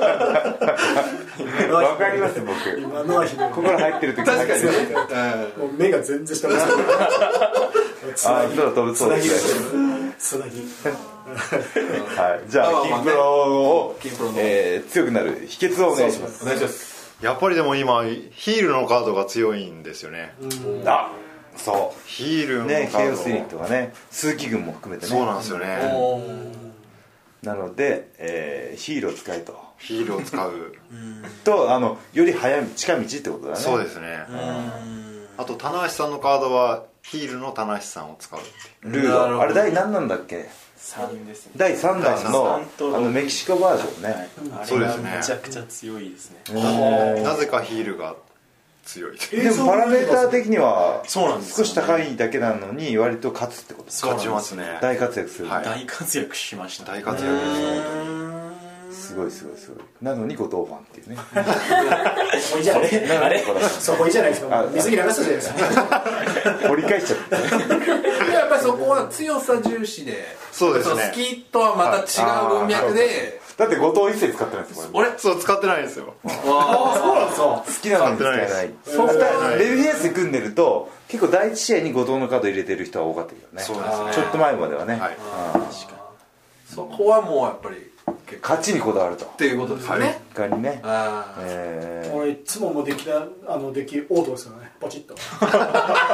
Speaker 1: かります僕。
Speaker 2: 今のはひどい。
Speaker 1: 心入ってる時
Speaker 3: 確かにね。
Speaker 2: もう目が全然下向いてる。
Speaker 1: 空飛ぶそうですね。
Speaker 2: つなぎ。
Speaker 1: はい、じゃあ金プロを強くなる秘訣をお願いします。
Speaker 3: お願いします。
Speaker 5: やっぱりでも今ヒールのカードが強いんですよね。
Speaker 1: そう
Speaker 5: ヒールのカ
Speaker 1: ね、ケイオ
Speaker 5: ード
Speaker 1: スユニットがね、数奇軍も含めてね。
Speaker 5: そうなんですよね。
Speaker 1: なので、ヒールを使えと。
Speaker 5: ヒールを使う
Speaker 1: とより早い近道ってことだね。
Speaker 5: そうですね。あと棚橋さんのカードはヒールの棚橋さんを使うっていう
Speaker 1: ルード、あれ第何なんだっけ
Speaker 4: 3ですね。
Speaker 1: 第3弾のメキシコバージョンね。
Speaker 5: そうですね。
Speaker 4: めちゃくちゃ強いですね。
Speaker 5: なぜかヒールが強い。
Speaker 1: でもパラメーター的には
Speaker 4: そうなんです
Speaker 1: 少し高いだけなのに割と勝つってこと。
Speaker 5: 勝ちますね。
Speaker 1: 大活躍する。
Speaker 4: 大活躍しました。
Speaker 5: 大活躍です。
Speaker 1: すごいすごいすごい。なのに後藤ファンっていうね。
Speaker 2: そこいいじゃない。
Speaker 4: あれ
Speaker 2: そこいいじゃないですか。水着流したじゃないですか。
Speaker 1: 掘り返しちゃって。
Speaker 3: やっぱりそこは強さ重視で、
Speaker 5: そうですね。
Speaker 3: スキーとはまた違う文脈で。
Speaker 1: だって後藤一切使ってないですよ。
Speaker 5: 俺そう使ってないんですよ。
Speaker 2: そうなんですか。
Speaker 1: 好きなのに使えない。レビューエースで組んでると結構第一試合に後藤のカード入れてる人は多かったけどね。
Speaker 5: そうですね。
Speaker 1: ちょっと前まではね。
Speaker 3: そこはもうやっぱり
Speaker 1: 勝ちにこだわると。
Speaker 3: っていうことですよね。
Speaker 1: 他にね。
Speaker 2: 俺いつももうデッキオートですよね。ポチッと。
Speaker 3: ちょっと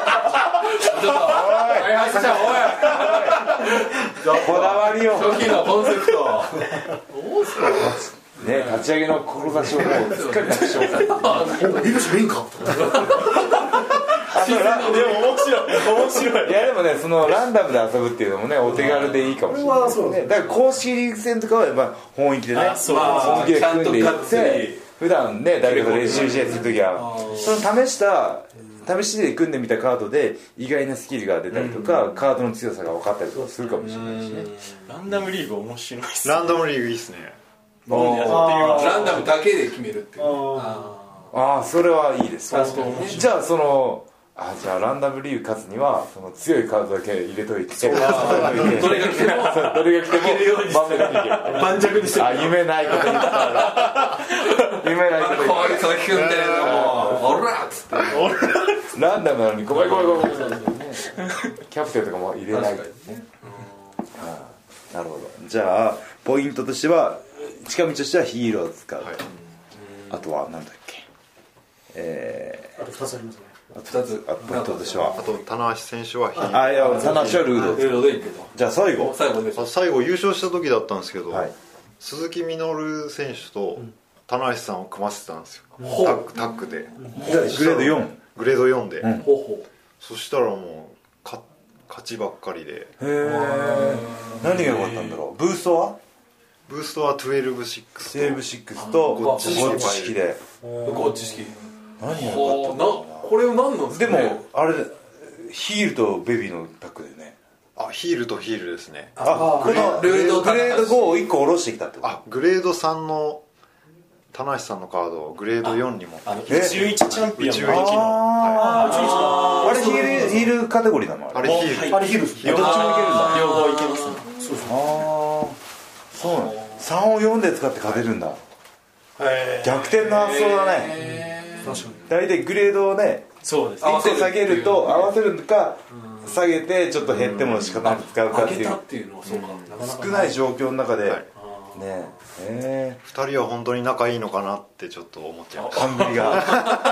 Speaker 1: こだわりを。
Speaker 3: 初期のコンセプト。
Speaker 1: ね、立ち上げの志をもうすっかりなくしました。
Speaker 2: リルシメインか。
Speaker 1: でも面白い。いやでもね、そのランダムで遊ぶっていうのもね、お手軽でいいかもしれないですね。だから公式リーグ戦とかはやっぱ本域でね、本気で組んでいって普段ね、誰かと練習試合するときはその試しで組んでみたカードで意外なスキルが出たりとか、カードの強さが分かったりとかするかもしれないしね。
Speaker 4: ランダムリーグ面白いっすね。
Speaker 5: ランダムリーグいいっすね。
Speaker 3: ランダムだけで決めるっていう。
Speaker 1: それはいいです。じゃあじゃあランダムリーグ勝つにはその強いカードだけ入れといて、どれが来ても盤石にしてる。夢ないこと言ったら夢ないこと言ったら
Speaker 3: 佐々木君みたいなのもオラっつって
Speaker 1: ランダムなのにごめんキャプテンとかも入れないとね。なるほど。じゃあポイントとしては近道としてはヒーローを使う。あとは何だっけ。
Speaker 2: あと2つありますね。
Speaker 1: ポイントとしては
Speaker 5: あと棚橋選手はヒール。
Speaker 1: いや棚橋はルード
Speaker 3: でいいけど。
Speaker 1: じゃあ最後
Speaker 5: 最後優勝した時だったんですけど、鈴木みのる選手と棚橋さんを組ませてたんですよ。タッグで
Speaker 1: グレード4で、
Speaker 5: そしたらもう勝ちばっかりで。
Speaker 1: 何が良かったんだろう。ブーストは12-6とゴッチ式で。
Speaker 3: ゴッチ式。
Speaker 1: 何が良かったんだろうな。
Speaker 3: これは何なんですかね。
Speaker 1: でもあれヒールとベビーのタッグだよね。
Speaker 5: ヒールとヒールですね。
Speaker 1: このグレード5を1個下ろしてきたってこと。
Speaker 5: グレード3の棚橋さんのカードをグレード4にも。
Speaker 4: 宇宙一チャンピオンの
Speaker 1: あれヒールカテゴリーなの。
Speaker 5: あれヒール。
Speaker 2: あれヒールです。
Speaker 1: どっちもいけるんだ。
Speaker 4: 両方いけますね。
Speaker 1: そうなの。3を4で使って勝てるんだ。逆転の発想だね。大体グレードをね、
Speaker 4: そうです。
Speaker 1: 1個下げると合わせるのか、下げてちょっと減っても仕方なく使うかっていう少ない状況の中で
Speaker 5: 2人は本当に仲いいのかなってちょっと思っちゃう。
Speaker 1: 勘繰りが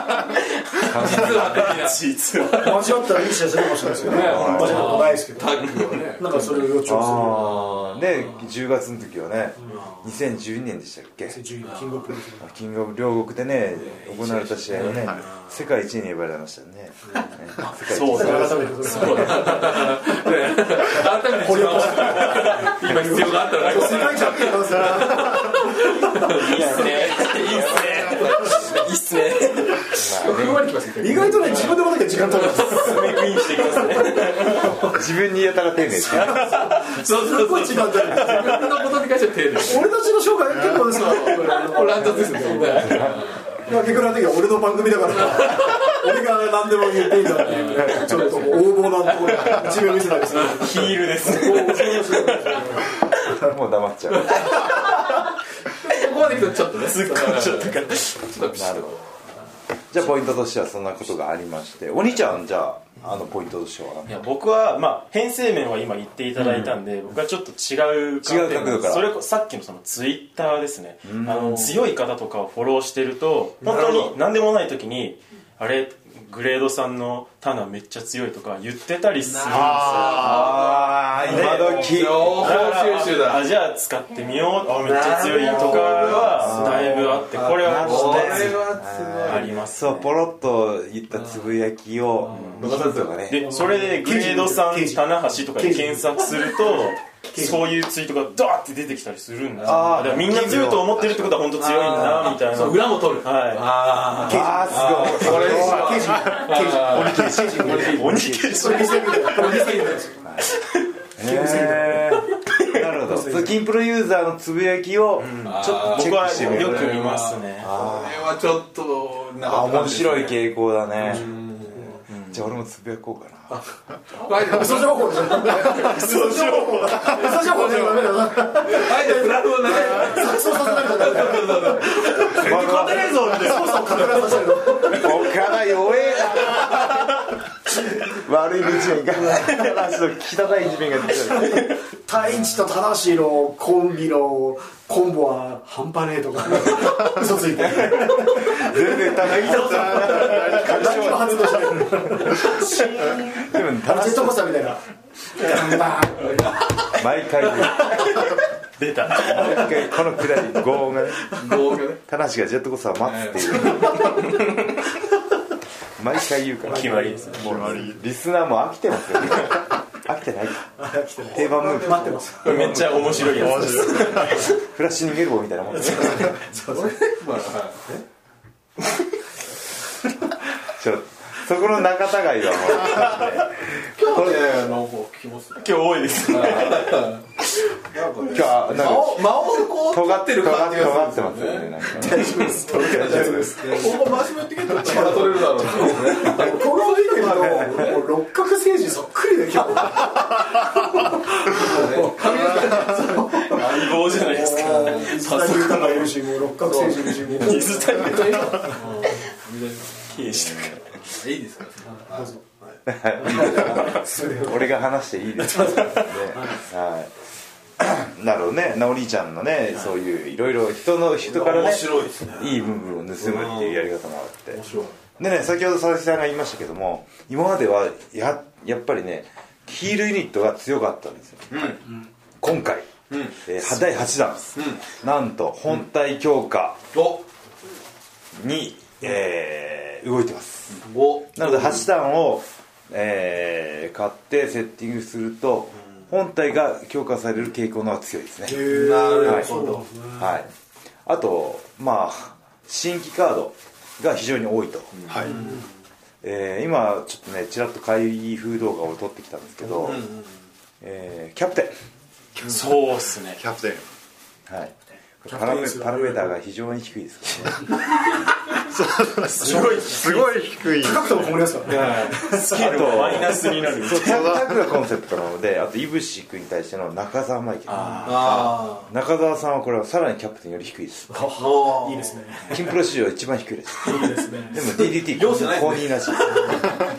Speaker 4: 実は
Speaker 2: 間違ったらいい試合するかもしれないですけどね。間違ったことないですけど、
Speaker 3: タッグをね
Speaker 2: なんかそれを予兆する。
Speaker 1: で10月の時はね2012年でしたっけ、
Speaker 2: キングオブプロレス
Speaker 1: キングオブ両国でね行われた試合をね世界一に選ばれましたよね。
Speaker 4: そうだ
Speaker 2: 改めてそれ
Speaker 3: 改めて今必要があったら
Speaker 2: 世界チャンピオンなんですよ。
Speaker 4: いいっすね
Speaker 3: ふんわりきますけど
Speaker 2: 意外とね自分でもなきゃ時間取るんです。
Speaker 4: メイクインしてきますね
Speaker 1: 自分にやたら丁寧ですね。
Speaker 3: そうそうそう
Speaker 2: 時間取る。
Speaker 3: 自分のことに関しては丁寧
Speaker 2: 俺たちの紹介結構ですよ。
Speaker 3: 乱雑ですね
Speaker 2: まあ結局の時は俺の番組だから俺が何でも言っていいんだってちょっともう横暴なところ一面見せたんですけど
Speaker 4: ヒールですね
Speaker 1: もう黙っちゃう。
Speaker 3: ここまで来るとちょっとね
Speaker 4: すっごいちょっとか
Speaker 1: なるほど。じゃあポイントとしてはそんなことがありまして、お兄ちゃんじゃあポイントとしては。
Speaker 4: いや僕はまあ編成面は今言っていただいたんで、僕はちょっと違う
Speaker 1: 違う角度から
Speaker 4: それさっきのそのツイッターですね。強い方とかをフォローしてると本当に何でもない時にあれグレードさんのタナめっちゃ強いとか言ってたりするんですよ。
Speaker 1: 今時
Speaker 3: 情報収集だ
Speaker 4: じゃあ使ってみようめっちゃ強いとかはだいぶあって、これはありますね。
Speaker 1: そうポロッと言ったつぶやきをヒントがね。
Speaker 4: でそれでグレードさん棚橋とかで検索するとそういうツイートがドーって出てきたりするんですよ。だからみんな強いと思ってるってことは本当強いんだみたいな。
Speaker 3: 裏も取る
Speaker 4: はい
Speaker 1: すごい。これ
Speaker 4: 鬼刑事
Speaker 1: なるほど。キンプロユーザーのつぶやきをちょっとチェックしてみる。
Speaker 4: よく見ますね。
Speaker 3: これはちょっと
Speaker 1: 面白い傾向だね。じゃあ俺もつぶやこうかな。
Speaker 2: 嘘情報じゃん。嘘情報じゃダメだな。
Speaker 3: あえてプラグをね
Speaker 2: 錯綜させないとダメだ。
Speaker 4: 勝てねえぞみたいな。
Speaker 2: そうカメラさせるの。
Speaker 1: 岡田弱えな。悪い一面が汚い一面が出ちゃう。
Speaker 2: 太一と正しいのコンビのコンボは半端ねえとか嘘ついて
Speaker 1: 全然田中さん
Speaker 2: 何も発動しないでもジェットコースターみたいな毎回
Speaker 4: 出た
Speaker 1: 毎回このくだりゴーがね田中がジェットコースターを待つっていう毎回言うから
Speaker 4: 決まりですね。
Speaker 1: リスナーも飽きてますよね。飽きてないか。定番ムーブ
Speaker 2: 待ってます。
Speaker 4: めっちゃ面白いやつです。
Speaker 1: フラッシュ逃げる棒みたいなもんですそこの仲違いはもう
Speaker 3: 今日ね
Speaker 4: 今日多いですね。
Speaker 1: 今日はなんか
Speaker 3: 間をこう尖ってる感じがするんですよね。
Speaker 2: 大丈夫です。
Speaker 3: ここ真面目って言うと力取れるだろうな。
Speaker 2: この見てると六角星人そっくりで今日。
Speaker 4: 相棒じゃないですか。
Speaker 2: 水谷豊がいるし、もう六角星人いるし、もう
Speaker 4: 水谷豊刑事とか。
Speaker 3: いいですか。
Speaker 1: 俺が話していいですか。なるほどね。なお兄ちゃんのね、そういういろいろ人からねいい部分を盗むっていうやり方もあって。でね、先ほど佐々木さんが言いましたけども、今まではやっぱりねヒールユニットが強かったんですよ。今回第8弾なんと本体強化に動いてます。なので8弾を買ってセッティングすると本体が強化される傾向の方が強いですね。
Speaker 3: なるほど。
Speaker 1: はい。あとまあ新規カードが非常に多いと。はい。今ちょっとねちらっと開封動画を撮ってきたんですけど、キャプテン。
Speaker 4: そうっすね。
Speaker 5: キャプテン。
Speaker 1: はい。パラメーターが非常に低いですからね。
Speaker 5: すごい低い。
Speaker 2: 高くても困りますからね。
Speaker 4: スキルがマイナスになる。
Speaker 1: そう、タッグがコンセプトなので、あとイブシ君に対しての中澤マイケル。中澤さんはこれはさらにキャプテンより低いです。
Speaker 2: いいですね。
Speaker 1: キンプロ史上一番低いです。
Speaker 2: いいですね。
Speaker 1: でも DDT 公認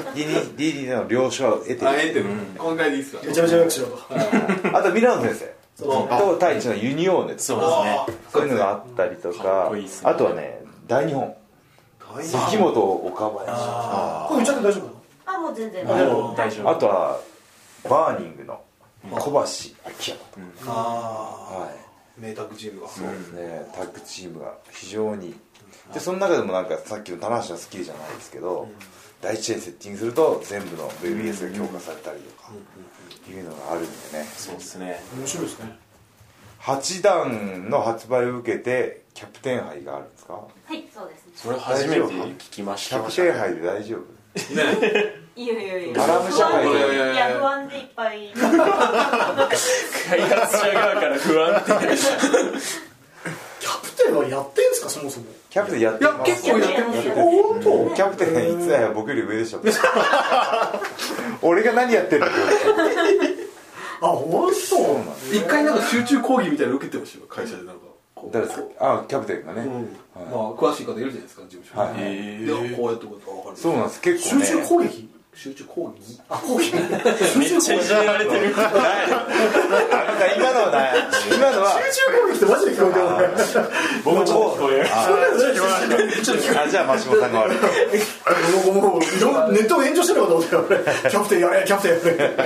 Speaker 1: なし。DDT の了承を得てる。
Speaker 3: 今回でいいっすか。
Speaker 2: めちゃめちゃよくしろと。
Speaker 1: あとミラノ先生。 と太一のユニオーネと
Speaker 4: そうですね。
Speaker 1: そういうのがあったりと
Speaker 4: かっ
Speaker 1: か
Speaker 4: こいいっすね
Speaker 1: あとはね大日本関本岡林
Speaker 2: これ言っちゃって大丈夫なの？
Speaker 6: もう全然
Speaker 4: 大丈夫。
Speaker 1: あとはバーニングの小橋秋山と
Speaker 2: 名タッグチームが
Speaker 1: そうですねタッグチームが非常にでその中でもなんかさっきの棚橋のスキルじゃないですけど第一チェーンセッティングすると全部の VBS が強化されたりとかいうのがあるんでね
Speaker 4: そうですね。
Speaker 2: 面白いですね。
Speaker 1: 8弾の発売を受けてキャプテン杯があるんですか
Speaker 6: はいそうですね。
Speaker 4: それ初めて聞きました。
Speaker 1: キャプテン杯で大丈夫
Speaker 6: いや
Speaker 1: アラム社会で
Speaker 6: いや不安でいっぱい。
Speaker 4: 開発者側から不安定。
Speaker 2: キャプテンはやってんすかそもそも？
Speaker 1: キャプテンやってます
Speaker 2: 結構やってますよ。
Speaker 1: 本当キャプテンいつだよ僕より上でしょ俺が何やってんだって
Speaker 2: 本当。
Speaker 3: 一回なんか集中講義みたいなの受けてほしいわ会社でなんか
Speaker 1: 誰ですかキャプテンがね、
Speaker 3: まあ詳しい方いるじゃないですか事務所
Speaker 1: はい
Speaker 3: にでこうやってことが分かる
Speaker 1: そうなんです結構ね
Speaker 2: 集中攻撃？
Speaker 3: 集中講義
Speaker 2: 攻撃。
Speaker 4: めっちゃいじられてる。
Speaker 1: 今のはね今のは
Speaker 2: 集中攻撃ってマジで聞こえてる。
Speaker 4: 僕もちょっと聞こえる。
Speaker 1: じゃあマシモさんが悪い
Speaker 2: もうネットを炎上してるのかと思ったよ俺。キャプテンやれキャプテンやれ。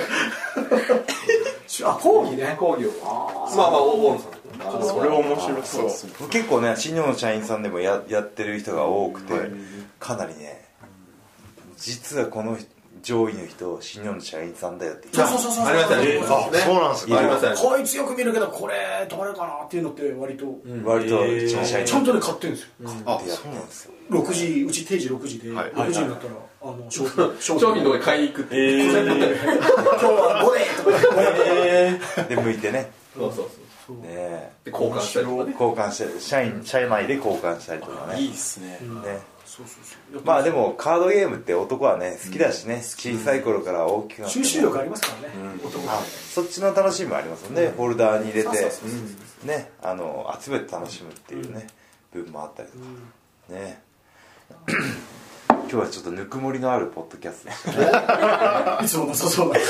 Speaker 2: 講義ね。
Speaker 3: 講義をまあ大野さん
Speaker 4: それは面白そうですね。
Speaker 1: 結構ね新日本の社員さんでもやってる人が多くてかなりね実はこの上位の人新日本の社員さんだよって
Speaker 2: そう
Speaker 3: ありましたね
Speaker 5: そうなんですか。
Speaker 3: ありましたね
Speaker 2: こいつよく見るけどこれ誰かなっていうのって割と
Speaker 1: 割とうちの社員
Speaker 2: ちゃんとね買ってるんですよ。
Speaker 1: 買ってやってるんですよ
Speaker 2: 6時うち定時6時で
Speaker 5: はい
Speaker 2: 6時になったら商
Speaker 3: 商品のとこ買いに行くって
Speaker 2: 今日は5でとか
Speaker 1: で向いてね
Speaker 3: そう
Speaker 1: ね
Speaker 3: で交換したりとかね
Speaker 1: 交換したり社内で交換したりとかね
Speaker 4: いいっすね。
Speaker 1: ね
Speaker 2: そうそう
Speaker 1: まあでもカードゲームって男はね好きだしね小さい頃から大きくなって
Speaker 2: 収集力ありますからね男は。
Speaker 1: そっちの楽しみもありますよねフォルダーに入れてね集めて楽しむっていうね部分もあったりとかね今日はちょっとぬくもりのあるポッドキャストでしたね
Speaker 2: いつもなさそうな。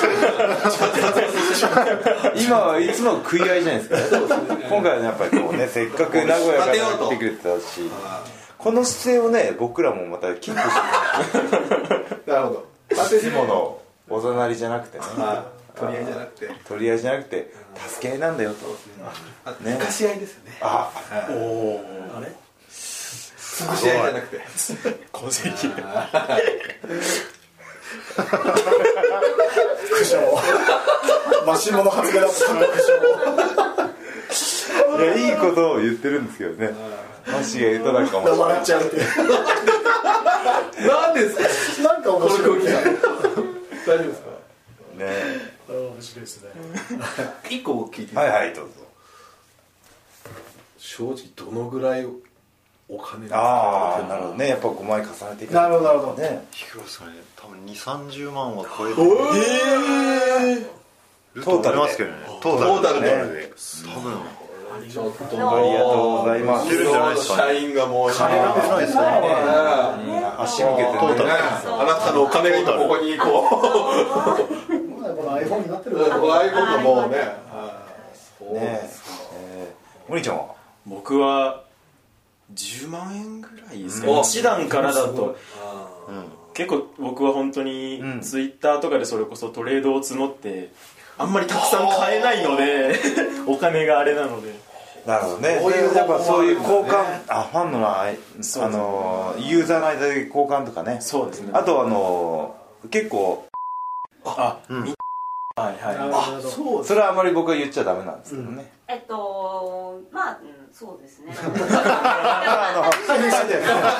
Speaker 1: 今はいつも食い合いじゃないですか今回はやっぱりこうねせっかく名古屋から来てくれてたしこの姿勢をね僕らもまたキープして
Speaker 3: なるほど
Speaker 1: いつものおざなりじゃなくてね
Speaker 3: 取り合いじゃなくて
Speaker 1: 取り合いじゃなくて助け合いなんだよとね
Speaker 3: 生かし合いですよね
Speaker 2: あれ
Speaker 3: 潰し合いじゃなくて
Speaker 4: 功績。
Speaker 2: 苦笑。マシモの発言だった苦笑。
Speaker 1: いやいいことを言ってるんですけどねマシが言うとなんか面白い
Speaker 2: 笑っちゃうっていう。
Speaker 3: 何ですか
Speaker 2: なんか面白い。
Speaker 3: 大丈夫ですか
Speaker 1: ね
Speaker 2: 面白いですね。
Speaker 3: 一個聞いて
Speaker 1: はいはいどうぞ
Speaker 3: 正直どのぐらいお金が
Speaker 1: ああなるほどねやっぱ5枚重ねていく
Speaker 2: なるほどなるほど。
Speaker 1: ね
Speaker 5: いくらですかね。多分2、30万は超えてると思いますけどね。トータルで多分
Speaker 3: ちょっと
Speaker 1: ありがとうございます
Speaker 5: 出るんじゃないですかね。
Speaker 3: 社員がもう
Speaker 5: 金が出ないですよね。
Speaker 1: 足向けてね
Speaker 3: あなたのお金が今ここにこ
Speaker 2: この iPhone になってる。
Speaker 3: う iPhone がもうねそう
Speaker 1: ね
Speaker 3: です
Speaker 1: お兄ちゃんは
Speaker 4: 僕は10万円ぐらいですか、
Speaker 3: うん
Speaker 4: 1段からだと
Speaker 5: うん
Speaker 4: 結構僕は本当に
Speaker 1: うん
Speaker 4: ツイッターとかでそれこそトレードを募ってあんまりたくさん買えないのでお金があれなので
Speaker 1: なるほどね
Speaker 3: そういう
Speaker 1: やっぱそういう交
Speaker 3: 方法もあるね
Speaker 1: 換ファンのユーザーの間で交換とかね
Speaker 4: そうですね
Speaker 1: あと結構
Speaker 4: はいはい
Speaker 3: そう
Speaker 1: それはあまり僕は言っちゃダメなんですけどね
Speaker 6: まあそうですね。
Speaker 2: 大変してて。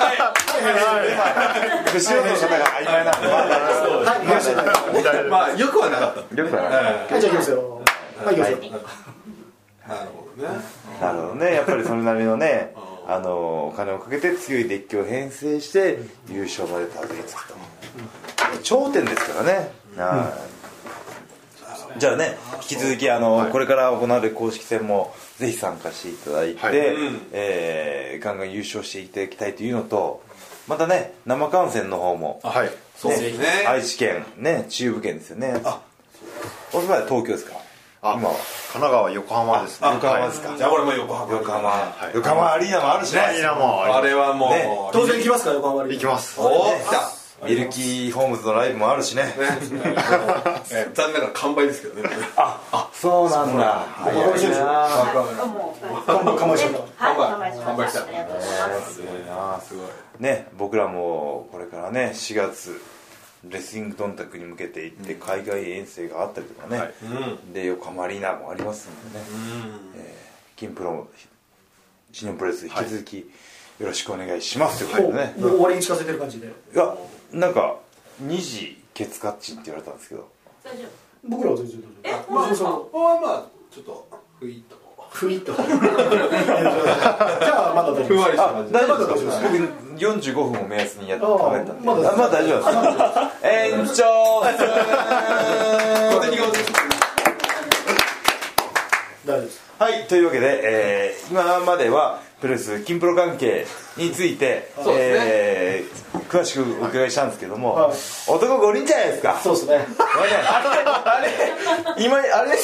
Speaker 1: 後ろの方が曖昧なんで
Speaker 2: はい、東してて。
Speaker 3: まあよくはなかった
Speaker 1: よくない
Speaker 2: はい、じゃあ行きますよ。はい、行きますよ。
Speaker 3: なるほどね
Speaker 1: なるほどねやっぱりそれなりのねお金をかけて強いデッキを編成して優勝までたどり着くと頂点ですからねじゃあね引き続きこれから行われる公式戦もぜひ参加していただいて、
Speaker 5: はい
Speaker 1: ガンガン優勝していただきたいというのとまたね生観戦の方も
Speaker 5: はい。
Speaker 3: そうですね
Speaker 1: 愛知県ね中部圏ですよねお住まいは東京ですか
Speaker 5: あ、
Speaker 1: 今は
Speaker 5: 神奈川横浜ですね。
Speaker 1: 横浜ですか。
Speaker 3: じゃあ俺も横浜。
Speaker 1: 横浜アリーナもあるしね。
Speaker 5: アリーナも
Speaker 3: あれはもう、
Speaker 1: ね
Speaker 2: 当然行きますか横浜アリーナ。
Speaker 5: 行きます。
Speaker 3: おお、来た。
Speaker 1: ミルキーホームズのライブもあるしね。
Speaker 3: 残念ながら完売ですけどね。
Speaker 1: そうなんだ。
Speaker 2: 楽しみですよ。
Speaker 6: もう
Speaker 2: かましょう。
Speaker 6: はい、完売しま
Speaker 3: 完売した
Speaker 6: した。ありがとうございます。
Speaker 1: すごいな。
Speaker 3: すごい。
Speaker 1: ね、僕らもこれからね、4月レスリングドンタクに向けて行って海外遠征があったりとかね、で横浜アリーナもありますんでね、金プロ新日本プロレス引き続きよろしくお願いしますということでね。
Speaker 2: もう終わりに近づいてる感じで。
Speaker 1: いや、なんか2時ケツカッチンって言われたんですけど、
Speaker 6: 大丈夫。
Speaker 2: 僕らは全然大丈夫。
Speaker 6: 本当ですか。
Speaker 3: まあちょっとふいっと
Speaker 2: ふいっと。じゃあまだ大丈夫です。
Speaker 3: ふんわりした感じで。
Speaker 1: 大丈夫ですか。僕45分を目安にやって考えたんで、
Speaker 2: まだ
Speaker 1: まだ大丈夫です。延長
Speaker 2: 大丈夫です。
Speaker 1: はい、というわけで、今まではプロレス金プロ関係について、詳しくお伺いしたんですけども、男5人じゃないですか。
Speaker 2: そうですね。
Speaker 1: 今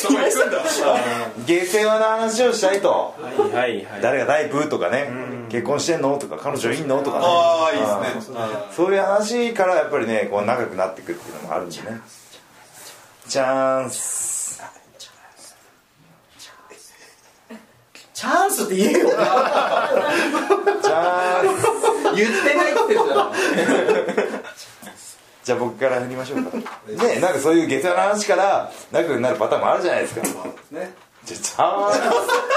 Speaker 1: ゲーセン話の話をしたいと、
Speaker 4: はい
Speaker 1: 誰がタイプとかね、結婚してんのとか彼女いんのとかね、
Speaker 3: ああいいですね。
Speaker 1: そういう話からやっぱりね、こう長くなっていくっていうのもあるんでね。チャンス
Speaker 2: チャンスって言えよ。
Speaker 1: チャンス
Speaker 3: 言ってないって言ってた。
Speaker 1: じゃあ僕から振りましょうかね。なんかそういう下世話な話から仲良くなるパターンもあるじゃないですか。
Speaker 3: ね。
Speaker 1: じゃあチャンス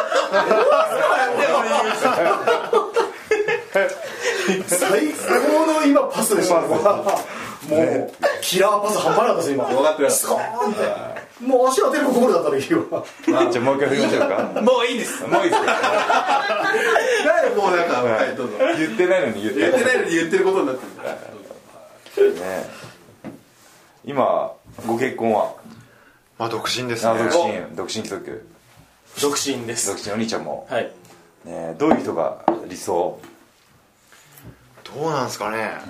Speaker 2: 最高の今パスでした。もうキラーパス半端なかったです今。
Speaker 3: 分かってる。
Speaker 2: スコーンって。もう足当てるゴールだったらいいよ。
Speaker 1: じゃあもう一回振りましょうか。
Speaker 3: もういいです。
Speaker 1: もういいですか。
Speaker 3: なんでもうなんか、はいどうぞ。
Speaker 1: 言ってないのに言って
Speaker 3: 言ってないのに言ってることになってる。
Speaker 1: ね。今ご結婚は？
Speaker 5: まあ独身ですね。
Speaker 1: 独身貴族。
Speaker 4: 独身です。
Speaker 1: 独身お兄ちゃんも。
Speaker 4: はい。
Speaker 1: ね、どういう人が理想？
Speaker 5: どうなんですかね。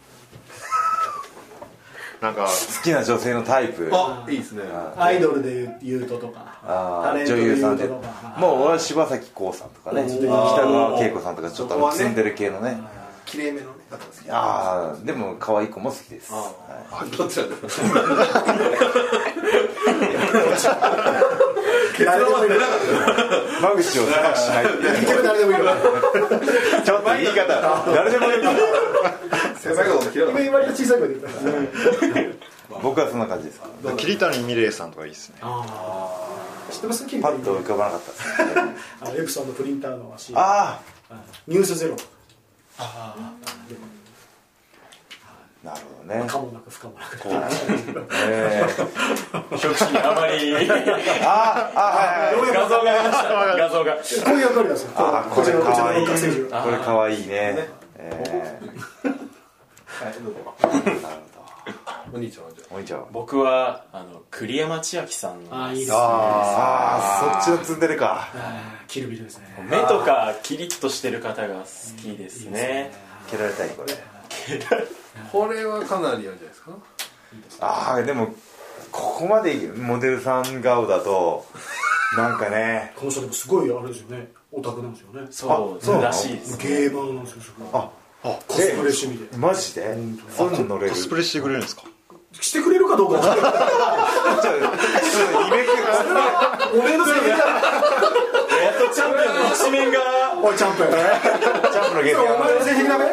Speaker 5: なんか
Speaker 1: 好きな女性のタイプ。
Speaker 3: あ、いいですね。
Speaker 2: アイドルで言うととか、タレント
Speaker 1: 女
Speaker 2: で言うと
Speaker 1: 優さんで
Speaker 2: とか。
Speaker 1: もう俺は柴咲コウさんとかね、北川景子さんとかちょっとツンデレ系のね。
Speaker 3: 綺麗めのね方ですけど。
Speaker 1: ああ、でも可愛い子も好きです。
Speaker 3: どっちなんだろう。
Speaker 2: 誰でもいい。
Speaker 1: 間口を狭くしないっていう。
Speaker 2: 結局誰でもいい。
Speaker 1: ちょっと言い方誰でもいい。
Speaker 3: 狭いこと嫌いだ。
Speaker 2: 今割と小さい声で言った。
Speaker 1: 僕はそんな感じです。
Speaker 5: 桐谷美玲さんとかいいですね。
Speaker 2: 知ってます？
Speaker 1: パッと浮かばなかったです。
Speaker 2: エプソンのプリンターの足。
Speaker 1: あ
Speaker 2: ニュースゼロ。
Speaker 1: あ、なるほどね。
Speaker 2: 可もなく不可もなく。
Speaker 4: 職種にあまり
Speaker 1: 画像がありました。
Speaker 4: 画像が
Speaker 2: こういう役割なんですよ。
Speaker 1: これ可愛い。
Speaker 2: 学生中。
Speaker 1: これ可愛いね。
Speaker 3: はい、どうぞ。お兄ちゃんはじゃ
Speaker 1: お兄ちゃん。
Speaker 4: 僕は栗山千明さんの
Speaker 2: あ、いいですね。
Speaker 1: ああ、そっちのツンデレか。
Speaker 2: キルビルですね。
Speaker 4: 目とかキリッとしてる方が好きですね。
Speaker 1: 蹴られたいこれ。
Speaker 3: これはかなりあるんじゃないですか。
Speaker 1: ああ、でもここまでモデルさん顔だとなんかね。
Speaker 2: この人でもすごいあれですよね。オタクなんですよね。
Speaker 4: そうらしいです。
Speaker 2: ゲーマーなんですよ。すごい。
Speaker 1: あ、
Speaker 2: コスプレ趣味で。
Speaker 1: マジで？そういうの乗れる？
Speaker 5: コスプレしてくれるんですか？
Speaker 2: してくれるかどうか。
Speaker 1: ちょっとイメ
Speaker 2: 俺のせいで。
Speaker 4: やっとチャンピオンの一面が
Speaker 2: おいチャンプ。
Speaker 1: チャンプのゲーム
Speaker 2: お前の性癖ダメ？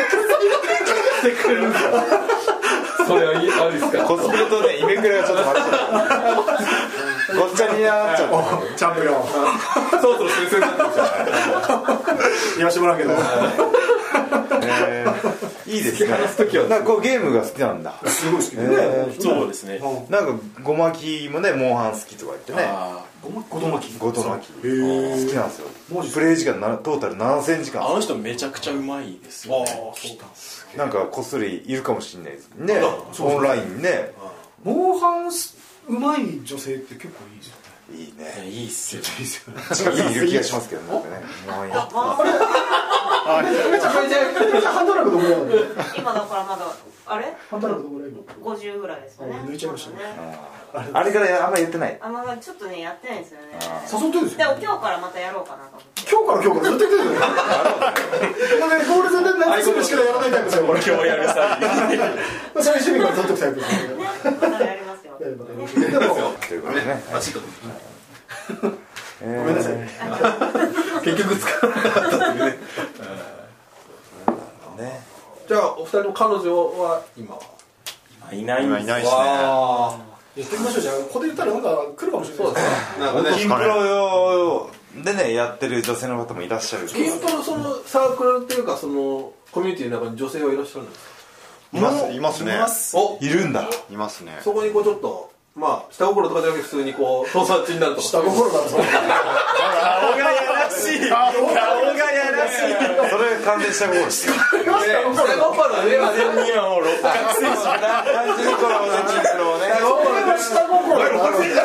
Speaker 3: それはいい、あれですか。
Speaker 1: コスプレとね、イメクレがちょっと待ってごっちゃになっちゃった。
Speaker 2: チャンプよ。
Speaker 3: そろそろ先生になってきた。
Speaker 2: 言わしてもらうけど。
Speaker 1: いいですね。
Speaker 3: 話す時は
Speaker 1: なんかこうゲームが好きなんだ。
Speaker 2: すごい好きで。
Speaker 4: そうですね。
Speaker 1: なんかごまきもね、モンハン好きとか言ってね。
Speaker 2: ごと巻き。
Speaker 1: ごと巻き好き
Speaker 2: へ
Speaker 1: なんですよ。プレイ時間トータル7000時間。
Speaker 4: あの人めちゃくちゃうまいですよね。
Speaker 1: なんかこっそりいるかもしれないですね。オンラインね。
Speaker 2: モンハンうまい女性って結構いいですよね。
Speaker 1: いいね。
Speaker 4: いいっすよ。
Speaker 2: いいですよね。
Speaker 1: いる気がしますけどなんかね。モンハン
Speaker 2: ハンドラグどこぐらいなの？
Speaker 6: 今だからまだあれ？
Speaker 2: ハンドラグどこぐらいの？
Speaker 6: 50ぐらいですかね。
Speaker 2: 抜いちゃいましたね。
Speaker 1: あれからあんま言ってない。
Speaker 6: あ、まあちょっとねやってないんですよね。
Speaker 2: 誘ってるんですよ。
Speaker 6: でも今日からまたやろうかなと思って。
Speaker 2: 今日からずっと言ってるんですよ。ゴールデンナイトすぐしかやらないタイプですよ。これ
Speaker 4: 今日やるさ
Speaker 2: そういう趣味から取っておくタイプですよ。
Speaker 6: ね、またやりますよ。
Speaker 2: でも
Speaker 1: ということでね。
Speaker 2: ごめんなさい。
Speaker 3: 結局使わなかったっていうね。じゃあお二人の彼女は今
Speaker 4: いないんです。
Speaker 5: いないですね。
Speaker 2: 言ってみましょう。じゃあここで言ったらなんか来るかもしれない。そうですね。
Speaker 1: キンプロでねやってる女性の方もいらっしゃる。
Speaker 3: キンプロそのサークルっていうかそのコミュニティの中に女性はいらっしゃるんですか？
Speaker 5: いますね。
Speaker 3: お、
Speaker 1: いるんだ。
Speaker 5: いますね。
Speaker 3: そこにこうちょっとまあ下心とかじゃなくて普通にこう盗撮になるとか。
Speaker 2: 下心だろ。
Speaker 4: 顔がやらしい。顔がやらしい。
Speaker 1: それ完全した心ですよ。
Speaker 3: 下心ね。
Speaker 4: 完全にはもう六角選手だ。
Speaker 1: 完全にこのキンプロをね。
Speaker 2: 下心だろ。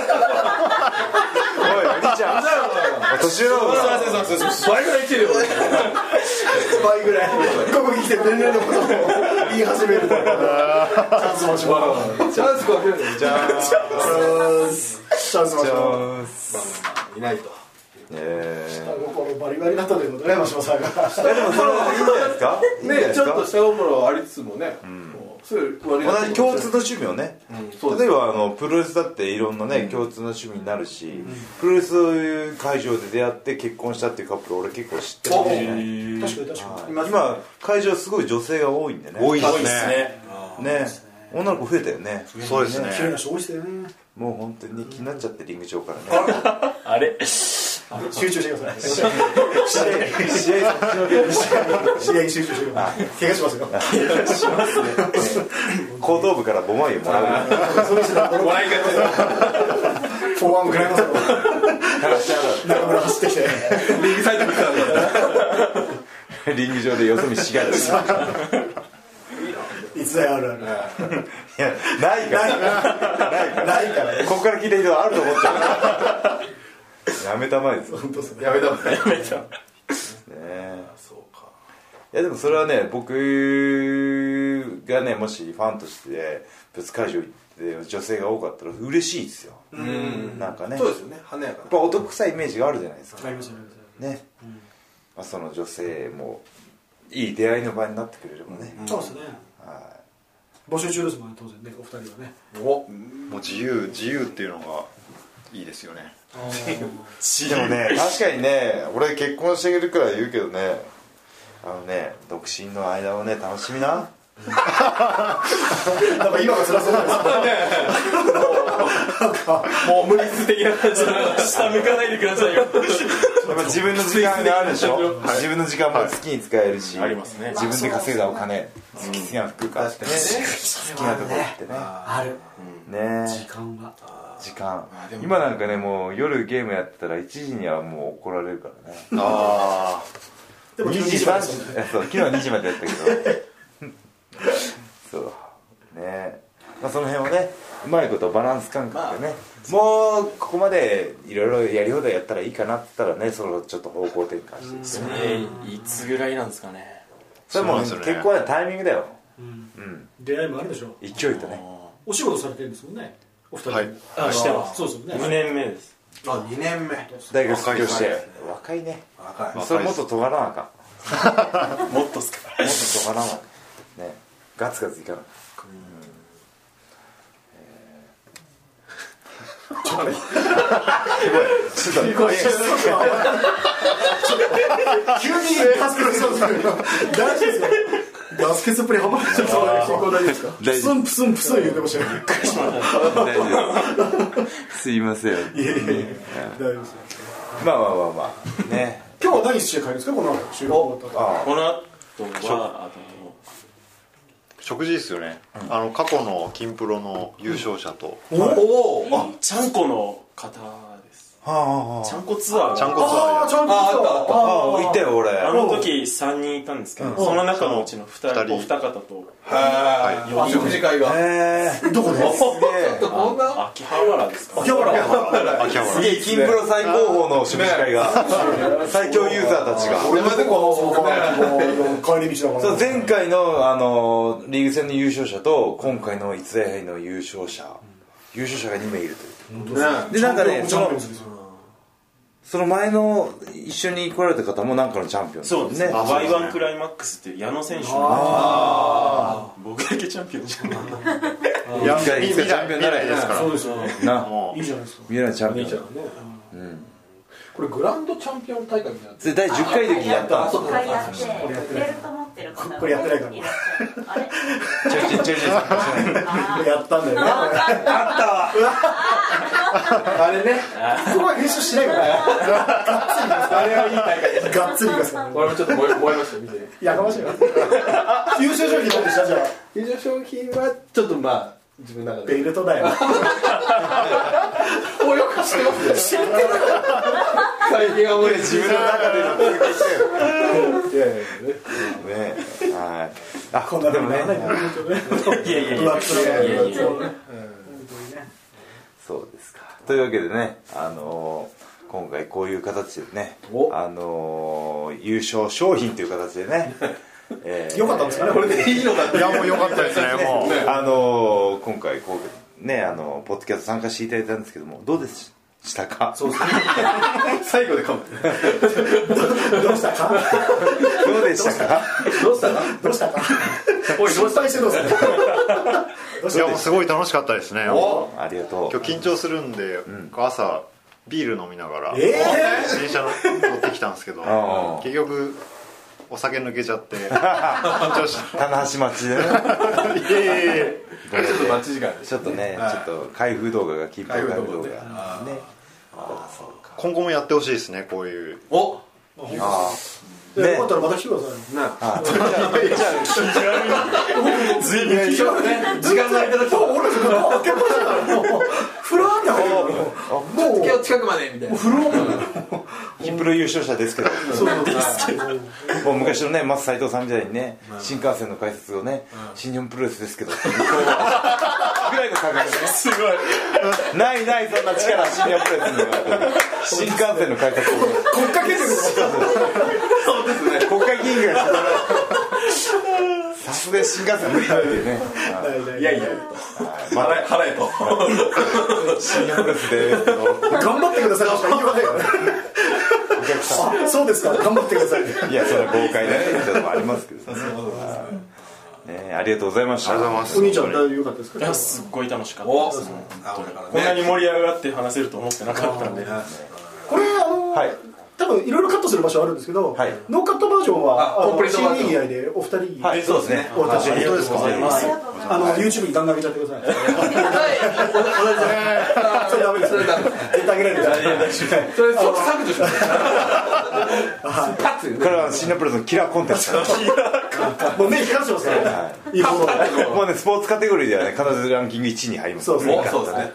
Speaker 1: おい、リちゃん。年上だろ。
Speaker 3: 倍ぐらい来てるよ。
Speaker 2: 倍ぐらい。ここに来て年齢のことを言い始める。チャンスもしまう。
Speaker 3: チャンスが出る。
Speaker 2: チャンスもしまう。
Speaker 3: いないと。
Speaker 2: 下心バリバリだったということね、真島さんが。
Speaker 1: でもそれはいいんじゃないですか。
Speaker 3: ね、ちょっと下心はありつつもね。
Speaker 1: 同じ共通の趣味をね、例えばプロレスだっていろんなね共通の趣味になるし、プロレス会場で出会って結婚したっていうカップル俺結構知ってるんでね。
Speaker 2: 確かに確かに。
Speaker 1: 今会場すごい女性が多いんでね。
Speaker 5: 多いです
Speaker 4: ね。
Speaker 1: ね、女の子増えたよね。
Speaker 5: そうですね。
Speaker 2: 綺麗な人多いですよね。
Speaker 1: もう本当に気になっちゃってリング上からね。
Speaker 4: あれ
Speaker 2: 集中してください。試合に集中してください。怪我しますよ。
Speaker 1: 後頭部から5万円もらう。
Speaker 3: もらい方
Speaker 2: フォーワンも食らいますよ。中村走ってきて
Speaker 3: リングサイドに来たんだ。
Speaker 1: リング上でよそ見しがる。
Speaker 2: いつだよあるある。
Speaker 1: いやないからここから聞いた人はあると思っちゃう。やめたまえです。
Speaker 2: 本当ですね。
Speaker 3: やめたもんね。
Speaker 1: ね。
Speaker 3: そうか。
Speaker 1: いやでもそれはね、僕がねもしファンとして別会場行って女性が多かったら嬉しいですよ。なんかね。
Speaker 3: そうですよね。華やかな。
Speaker 1: やっぱ男臭いイメージがあるじゃないですか。
Speaker 2: ありますよね。
Speaker 1: ね。まあその女性もいい出会いの場になってくれればね。
Speaker 2: そうですね。募集中ですもんね、当然ね、お二人はね。
Speaker 5: もう自由っていうのがいいですよね。
Speaker 1: でもね、確かにね、俺結婚してるから言うけどね、独身の間をね楽しみな。
Speaker 2: なんか今が辛そうじゃないですか。
Speaker 3: もう無理的な感じで
Speaker 4: 下向かないでくださいよ。
Speaker 1: やっぱ自分の時間があるでしょ。自分の時間も好きに使えるし、
Speaker 4: ありますね。
Speaker 1: 自分で稼いだお金、好きな服買ってね、好きなとこ行ってね。
Speaker 2: ある。
Speaker 1: ね。時間。今なんかねもう夜ゲームやってたら1時にはもう怒られるからね。
Speaker 5: ああ。
Speaker 2: でも
Speaker 1: 2時3時、そう昨日は2時までやったけど。そうね。まあその辺をねうまいことバランス感覚でね、もうここまでいろいろやり放題やったらいいかなって言ったらね、それをちょっと方向転換して
Speaker 4: いつぐらいなんですかね。
Speaker 1: それも結構ねタイミングだよ。
Speaker 2: 出会いもあるでしょ。
Speaker 1: 勢いとね。
Speaker 2: お仕事されてるんですもんね、お二人。
Speaker 5: はい。
Speaker 4: してます。
Speaker 2: そうですよね。
Speaker 4: 2年目です。
Speaker 3: あ、2年目。
Speaker 1: 大学卒業して若いね。
Speaker 3: 若い。
Speaker 1: それもっと尖らなあかん。
Speaker 4: もっとっすか。
Speaker 1: もっと尖らなあかんね。ガツガツいかない。ちょっと
Speaker 2: 急にガスケツそうですけど大丈夫ですか？ガスケツプレイハマっちゃう。進行大丈夫ですか？プスンプスンプスン言ってましたよ。
Speaker 1: 大丈夫。すいません。
Speaker 2: いえいえ大丈夫です。
Speaker 1: まあね。
Speaker 2: 今日は何して帰るんですか、この収録終わった後。
Speaker 4: この後は
Speaker 5: 食事ですよね。過去のキンプロの優勝者と。
Speaker 3: おお。
Speaker 4: ちゃんこの方です。ちゃんこツアー。
Speaker 5: ちゃんこツアー。
Speaker 2: ちゃんと
Speaker 1: 行ったよ俺。
Speaker 4: あの時3人いたんですけど、その中のうちのお二方と
Speaker 3: はい。食事会が。
Speaker 2: どこで？
Speaker 3: こんな。
Speaker 4: 秋葉原ですか。
Speaker 2: 秋葉原。
Speaker 1: すげえキンプロ最高峰の食事会が最強ユーザーたちが。
Speaker 3: 俺までこ
Speaker 2: う帰り道だから。
Speaker 1: そう前回のリーグ戦の優勝者と今回の逸材杯の優勝者優勝者が2名いるというでなんかねその前の一緒に来られた方もなんかのチャンピオン
Speaker 4: そうですね。Y1 クライマックスっていう矢野選手の僕だけチャンピオンじゃない。
Speaker 1: いつかチャンピオンにならないですから。
Speaker 2: そうですよね。
Speaker 1: いい
Speaker 2: じゃないですか。
Speaker 1: 未来のチャンピオン。
Speaker 3: これグランドチャンピオン大会みたいな。
Speaker 1: で第10回の時にやったんですよ。
Speaker 6: 1回やってベルト持ってる方が
Speaker 2: これやってないから
Speaker 6: いらっしゃる。あれ
Speaker 1: ちょい
Speaker 2: やったんだよね。あれね。ここは編集しないから。あれはいい大会です。がっつりですから。
Speaker 3: 俺もちょっと燃えました見て。
Speaker 2: やかましいよ。優勝商品なんでしたじゃあ。
Speaker 3: 優勝商品はちょっとまあ自分の中で。
Speaker 2: ベルトだよ。
Speaker 3: およく知ってますね。知ってる。最近はもう
Speaker 1: 自分の中での続きして
Speaker 3: いやいや
Speaker 1: ね。はい。あ
Speaker 2: こんな
Speaker 1: でもね。
Speaker 4: いやいやいや。
Speaker 1: そうですか。というわけでね、今回こういう形でね、優勝商品という形でね、
Speaker 2: よかったんですかね、これでいいのかって。
Speaker 5: いやもう良かったですね。もう
Speaker 1: 今回こうねポッドキャスト参加していただいたんですけども、どうでしたか？
Speaker 3: そうですね。最後で噛む。
Speaker 2: どうしたか？
Speaker 1: どうでしたか？
Speaker 3: どうしたか？
Speaker 2: どうしたか？
Speaker 3: おいどうした？
Speaker 2: してどうしたか？
Speaker 5: いやもうすごい楽しかったですね。
Speaker 1: ありがとう。
Speaker 5: 今日緊張するんで、朝ビール飲みながら電車乗ってきたんですけど、結局お酒抜けちゃって緊張して。
Speaker 1: 棚橋町でね。
Speaker 3: ちょっと待ち時間
Speaker 1: ちょっとね、ちょっと開封動画が金牌開封動画ね。
Speaker 5: 今後もやってほしいですね、こういう。
Speaker 3: お。
Speaker 2: よかったらまた来てください。
Speaker 3: ずいぶん時間がいただくと
Speaker 2: 俺たちもう開けましたからもうフラーって入るもう
Speaker 3: 今日近くまでみたいな。
Speaker 2: フロー
Speaker 1: キンプロ優勝者ですけど、もう昔のね松斉藤さんみたいにね、新幹線の解説をね、新日本プロレスですけどぐらいの感覚でね、
Speaker 4: すごい。
Speaker 1: ないそんな力、新日本プロレスに新幹線の解説を
Speaker 2: 国家権力
Speaker 3: そうですね。
Speaker 1: 国会議員がさすが新幹線無理だっていうね。
Speaker 3: いやいや。払えと。
Speaker 1: 新日本プロレスで
Speaker 2: 頑張ってくださいとしか言いませんよね。あ、そうですか、頑張ってください。
Speaker 1: いや、それは豪快な人もありますけどね。ありがとうございました。
Speaker 5: ありがとうございます。
Speaker 2: お兄ちゃん大丈夫かったですか？
Speaker 4: いや、すっごい楽しかったです。こんなに盛り上がって話せると思ってなかったんで。
Speaker 2: これ多分いろいろカットする場所あるんですけど、ノーカットバージョンは
Speaker 3: コンプリートバージョン
Speaker 2: CD 以外でお二人、
Speaker 1: そうですね。
Speaker 2: お立ち
Speaker 1: ありがとうございます。
Speaker 2: YouTube にガンガン上げちゃってください。
Speaker 3: はい。
Speaker 2: それダメです。絶対上げられるから。
Speaker 3: それ削除します。
Speaker 1: これは新日本プロレスのキラーコンテンツ。
Speaker 2: もう目光らしてますから。いいものを。
Speaker 1: もうね、スポーツカテゴリーではね、必ずランキング1位に入ります。
Speaker 2: そうですね。
Speaker 3: そうですね。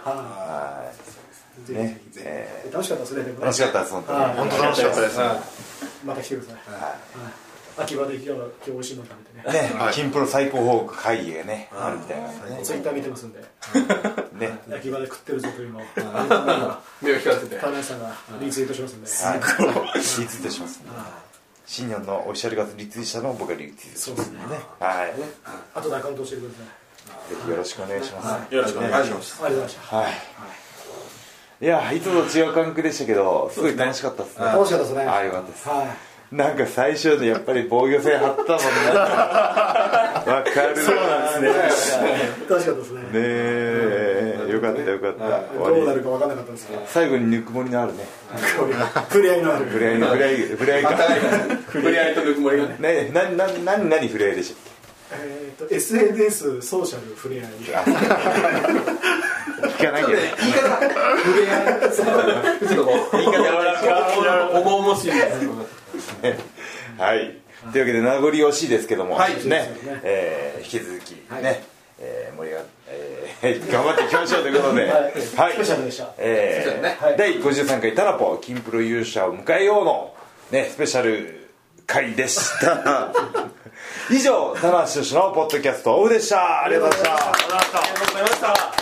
Speaker 1: ね、
Speaker 2: 楽しかったですね。
Speaker 1: 楽しかったです、本当に。
Speaker 5: 本当楽しかったですね。
Speaker 2: また来てください。秋葉で今日美味しいの食べてね。
Speaker 1: 金プロ最高峰会議がね、あるみたいなんでね。
Speaker 2: ツイッター見てますんで。
Speaker 1: ね、
Speaker 2: 秋葉で食ってるぞというのを
Speaker 3: 目を光らせて。
Speaker 2: 田中さんがリツイートしますんで。
Speaker 1: リツイートします。新日本のオフィシャルがリツイートしたのを僕がリツイートしますんでね。はい。
Speaker 2: あとでアカウント教えてください。
Speaker 1: ぜひよろしくお願いします。
Speaker 4: よろしくお願いします。
Speaker 2: ありがとうございました。
Speaker 1: はい。いや、いつもと違う感覚でしたけど、すごい楽しかったですね。
Speaker 2: 楽しかったですね。
Speaker 1: あ、よかったです。
Speaker 2: はい。
Speaker 1: なんか最初のやっぱり防御線張ったもんね。わかる。そうなんですね。
Speaker 2: 楽しかったですね。
Speaker 1: ねえ、よかったよかった。
Speaker 2: どうなるか分からなかったんですけど。
Speaker 1: 最後にぬくもりのあるね。
Speaker 2: 触れ合いのある。
Speaker 1: 触れ合いか。
Speaker 3: 触れ合いとぬくもりがね。
Speaker 1: ね、何触れ合いでしたっ
Speaker 2: け？SNS ソーシャル触れ合い。
Speaker 1: 聞かなきゃね。
Speaker 3: 言い方触れ合い。ちょっと言い方柔らかい。重々しいです。
Speaker 1: はい。というわけで名残惜しいですけども、
Speaker 3: はい。
Speaker 1: ね、引き続きね、盛り上が頑張っていきましょうということで、はい。
Speaker 2: スペシャルでした。
Speaker 1: 第53回タラポ金プロ優勝を迎えようのねスペシャル回でした。以上、棚橋宏のポッドキャストオフでした。ありがとうございました。